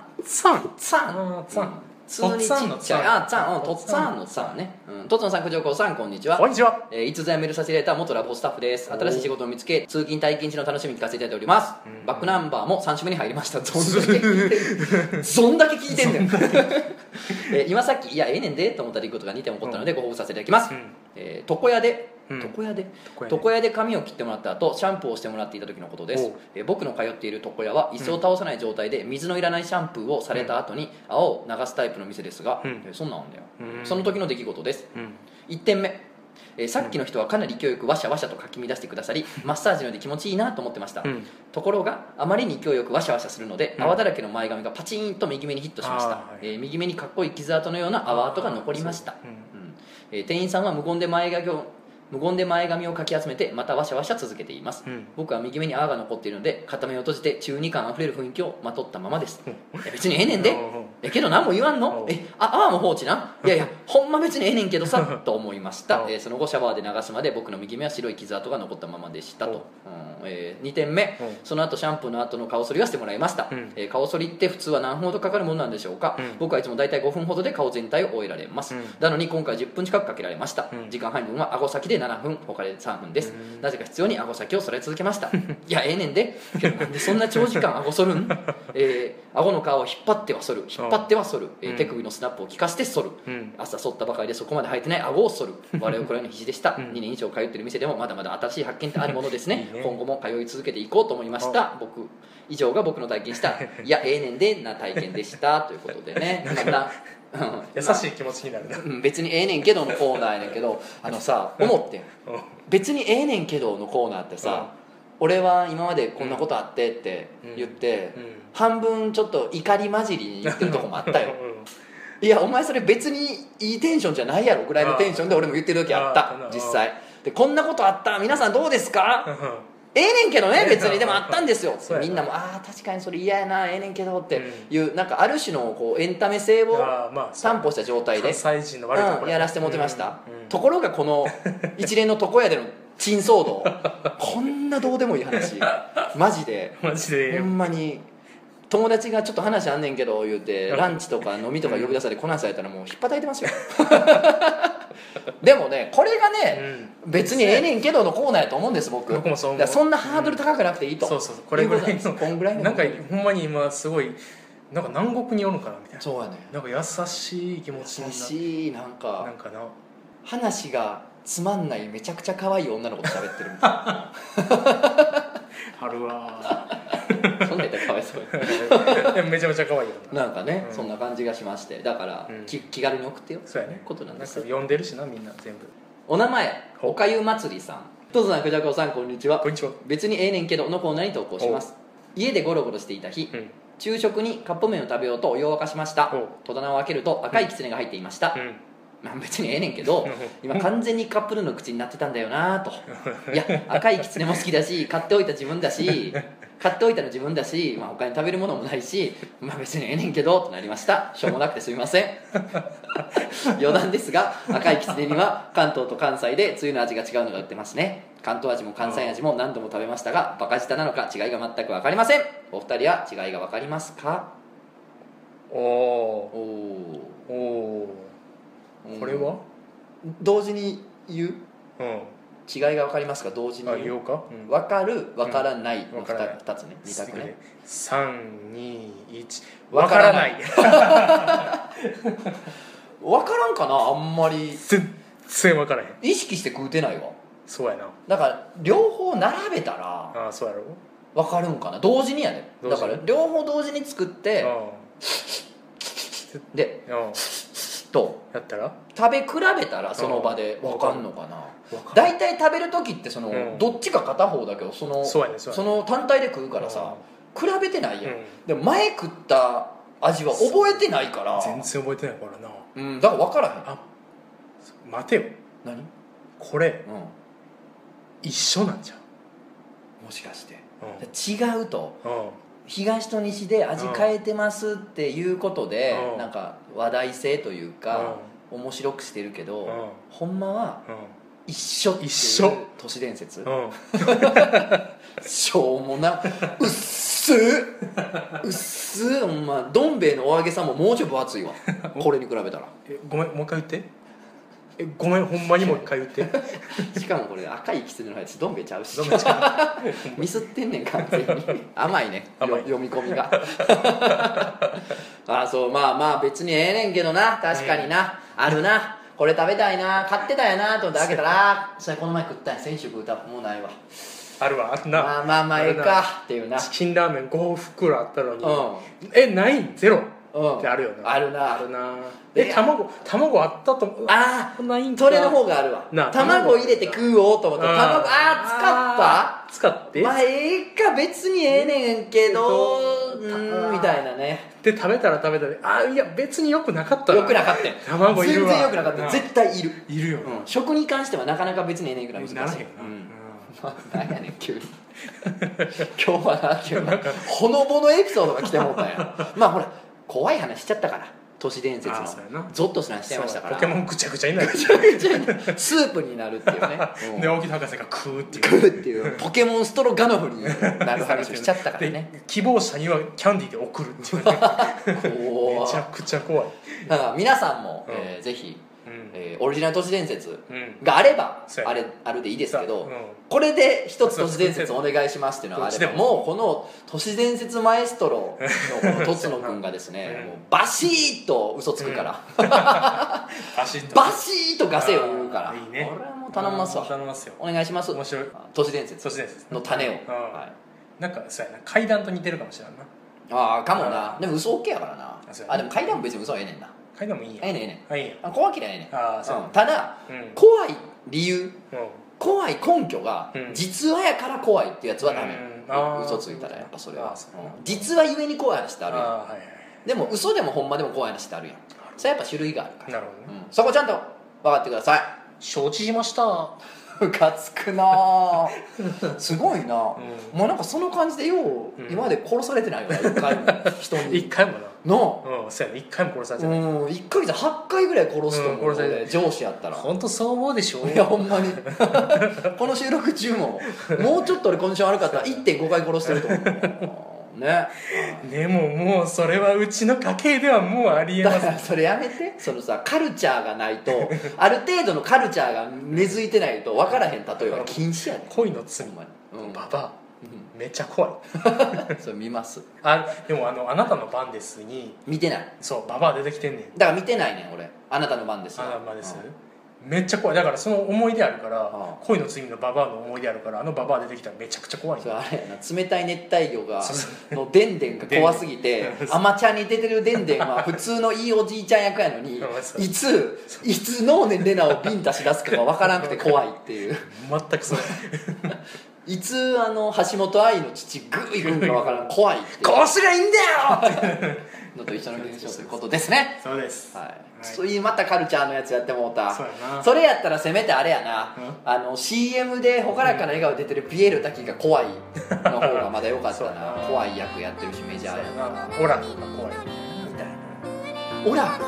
普通にちっちゃいツァン、とっつぁんのツァンね。とつのさん、九条子さん、こんにちは。 こんにちは。 いつぞやメールさせられた元ラボスタッフです。新しい仕事を見つけ、通勤退勤時の楽しみに聞かせていただいております。バックナンバーも3週目に入りました。どんだけ聞いてんねん。今さっきいやええねんでと思った出来事が2点起こったのでご報告させていただきます。床屋で髪を切ってもらった後シャンプーをしてもらっていた時のことです。僕の通っている床屋は椅子を倒さない状態で水のいらないシャンプーをされた後に泡を流すタイプの店ですが、そんなんあんだよ。その時の出来事です。1点目、さっきの人はかなり勢いよくワシャワシャとかき乱してくださり、マッサージのようで気持ちいいなと思ってました。ところがあまりに勢いよくワシャワシャするので、泡だらけの前髪がパチンと右目にヒットしました。右目にかっこいい傷跡のような泡跡が残りました。店員さんは無言で前髪をかき集めてまたワシャワシャ続けています。僕は右目に泡が残っているので片目を閉じて中二感あふれる雰囲気をまとったままです。別にええねんで、けど何も言わんの、泡も放置な、いやほんま別にええねんけどさと思いました。その後シャワーで流すまで僕の右目は白い傷跡が残ったままでしたと。2点目、その後シャンプーの後の顔剃りはしてもらいました。顔剃りって普通は何分ほどかかるものなんでしょうか。僕はいつも大体5分ほどで顔全体を終えられます。なのに今回10分近くかけられました。時間配分は顎先で7分、他で3分です。なぜか必要に顎先を剃られ続けました。いやええねんで、なんでそんな長時間顎剃るん。顎の皮を引っ張っては剃る、引っ張っては剃る、手首のスナップを効かせて剃る、朝剃ったばかりでそこまで生えてない顎を剃る。我々これの必死でした。2年以上通ってる店でもまだまだ新しい発見ってあるものですね。今後も通い続けていこうと思いました。以上が僕の体験したいやええねんでな体験でしたということでね。また優しい気持ちになるな。 別にええねんけどのコーナーやねんけど、思ってん、別にええねんけどのコーナーってさ、俺は今までこんなことあってって言って、半分ちょっと怒り混じりに言ってるとこもあったよ。いやお前それ別にいいテンションじゃないやろぐらいのテンションで俺も言ってる時あった実際で。こんなことあった、皆さんどうですか。ええねんけどね別に、でもあったんですよ。みんなも確かにそれ嫌やな、ええねんけどっていう、なんかある種のこうエンタメ性を担保した状態でやらせてもらってました。ところがこの一連の床屋での珍騒動こんなどうでもいい話マジでほんまに友達がちょっと話あんねんけど言うてランチとか飲みとか呼び出されこなされたらもう引っ叩いてますよ。でもねこれがね、別にええねんけどのコーナーやと思うんです僕もそう思う。だからそんなハードル高くなくていいと、そうこれぐらいのなんかほんまに今すごいなんか南国におるのかなみたいな。 そうやね、 なんか優しい気持ちにな優しいなんかな話がつまんないめちゃくちゃ可愛い女の子と喋ってるみたいなあるわそんなんやったらかわいそうやめちゃめちゃ可愛いよなんかね、そんな感じがしまして、だから、気軽に送ってよそうやねことなんですよ。読んでるしなみんな全部。 お名前おかゆ祭りさん。とぞさん、くじゃこさん、こんにちは。 こんにちは。 別にええねんけどのコーナーに投稿します。家でゴロゴロしていた日、昼食にカップ麺を食べようとお湯を沸かしました。戸棚を開けると赤いきつねが入っていました。まあ、別にええねんけど今完全にカップヌードルの口になってたんだよなと。いや、赤いきつねも好きだし、買っておいた自分だし、まあ、他に食べるものもないし、まあ、別にええねんけどとなりました。しょうもなくてすみません余談ですが、赤いきつねには関東と関西でつゆの味が違うのが売ってますね。関東味も関西味も何度も食べましたが、バカ舌なのか違いが全く分かりません。お二人は違いが分かりますか？ おこれは同時に言う、違いが分かりますか？同時に言おうか、 分かる分からないの 2つね、2択ね。 321分からない分からんかな。あんまり全然分からへん。 意識して食うてないわ。 そうやな。 だから両方並べたらそうやろ分かるんかな。同時にやね。だから両方同時に作ってでとやったら食べ比べたらその場で分かんのかな。大体食べる時ってどっちか片方だけどその単体で食うからさ、比べてないやん。でも前食った味は覚えてないから。 全然覚えてないからな。 だから分からへん。 待てよ、 何これ、一緒なんじゃん。 もしかして違うと、東と西で味変えてますっていうことで、なんか話題性というか面白くしてるけど、ほんまは一緒っていう都市伝説。しょうもな、うっすほんま。どん兵衛のお揚げさんももうちょい分厚いわこれに比べたら。 ごめん、もう一回言って。ごめん、ほんまにもう一回言ってしかもこれ赤いきつねのやつどん兵衛ちゃうしミスってんねん完全に。甘いね、読み込みがそう、まあ別にええねんけどな。確かにな、あるな。これ食べたいな、買ってたやなと思って開けたら、それこの前食ったんや、先週食うた。もうないわ。 あるわ、あんな。 まあええかっていうな。 チキンラーメン5袋あったのに、ないゼロってあるよな。 あるな。 卵あったと思う。 ないんか。それの方があるわ。卵入れて食おうと思ったら、使ってまあええか、別にええねんけどみたいなね。 で食べたらいや別によくなかった。 よくなかった。 卵いるわ。 全然よくなかった。絶対いるよ。 食に関してはなかなか別にええねんぐらい難しい。 ならへんな。 何やねん急に今日はな、急にほのぼのエピソードが来てもうたんや。まあほら、怖い話しちゃったから、都市伝説のゾッとする話しちゃいましたから。 ポケモンぐちゃぐちゃになる。 スープになるっていうね。 で大木博士が食うっていうポケモンストロガノフになる話をしちゃったからね。 希望者にはキャンディーで送るっていうね。めちゃくちゃ怖い。 だから皆さんもぜひオリジナル都市伝説があればあるでいいですけど、これで一つ都市伝説お願いしますっていうのがあれば、もうこの都市伝説マエストロのこのとつのくんがですね、もうバシーッと嘘つくから、バシーッとガセを言うから、これはもう頼みますわ。お願いします。 面白い都市伝説の種を。 なんかそうやな、怪談と似てるかもしれんな。 かもな。でも嘘 OK やからな。でも怪談も別に嘘はええねんな。 怪談もいいや。 ええねん。 怖きゃええねん。ただ怖い理由、怖い根拠が実話やから怖いってやつはダメ。嘘ついたらやっぱそれは実話ゆえに怖い話ってあるやん。でも嘘でもほんまでも怖い話ってあるやん。それやっぱ種類があるから。 なるほどね。 そこちゃんと分かってください。 承知しました。 ムカつくなすごいな。もうなんかその感じでよう今まで殺されてないよね、一回も人に。 一回もな。そうやね、一回も殺されてない。 1ヶ月8回ぐらい殺すと思う。上司やったら本当そう思うでしょ。 いやほんまにこの収録中ももうちょっと俺コンディション悪かったら 1.5 回殺してると思うね。 でももうそれはうちの家系ではもうありえます。 だからそれやめて。そのさ、カルチャーがないとある程度のカルチャーが根付いてないと分からへん。例えば禁止やね。 恋の罪、ババアめっちゃ怖いそれ見ます。 でもあなたの番ですに見てない。 そう、ババア出てきてんねん。 だから見てないねん俺。あなたの番です。 めっちゃ怖い。だからその思い出あるから、恋の罪のババアの思い出あるから、あのババア出てきたらめちゃくちゃ怖い。 それあれやな、冷たい熱帯魚がのでんでんが怖すぎてアマちゃんに出てるでんでんは普通のいいおじいちゃん役やのにいつ能年レナをビンタしだすかが分からなくて怖いっていう全くそういつ橋本愛の父グーいくんか分からん怖いってこうすりゃいいんだよのと一緒の現象ということですね。 そうです、 はい、そういうまたカルチャーのやつやってもうた。 そうやな。 それやったらせめてあれやな、CM で朗らかな笑顔出てるピエール滝が怖いの方がまだ良かったな怖い役やってるしメジャーやな。 オラフが怖いみたいな。オラフ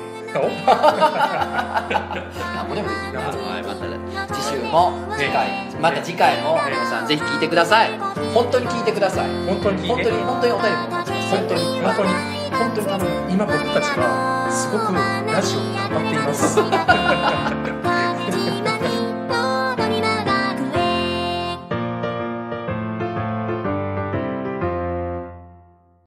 なんもでもできんな。はい、また次週もまた次回も皆さんぜひ聞いてください。本当に聞いてください。 本当に聞いて、 本当にお便りもお待ちしてます。 本当に今僕たちはすごくラジオにハマっています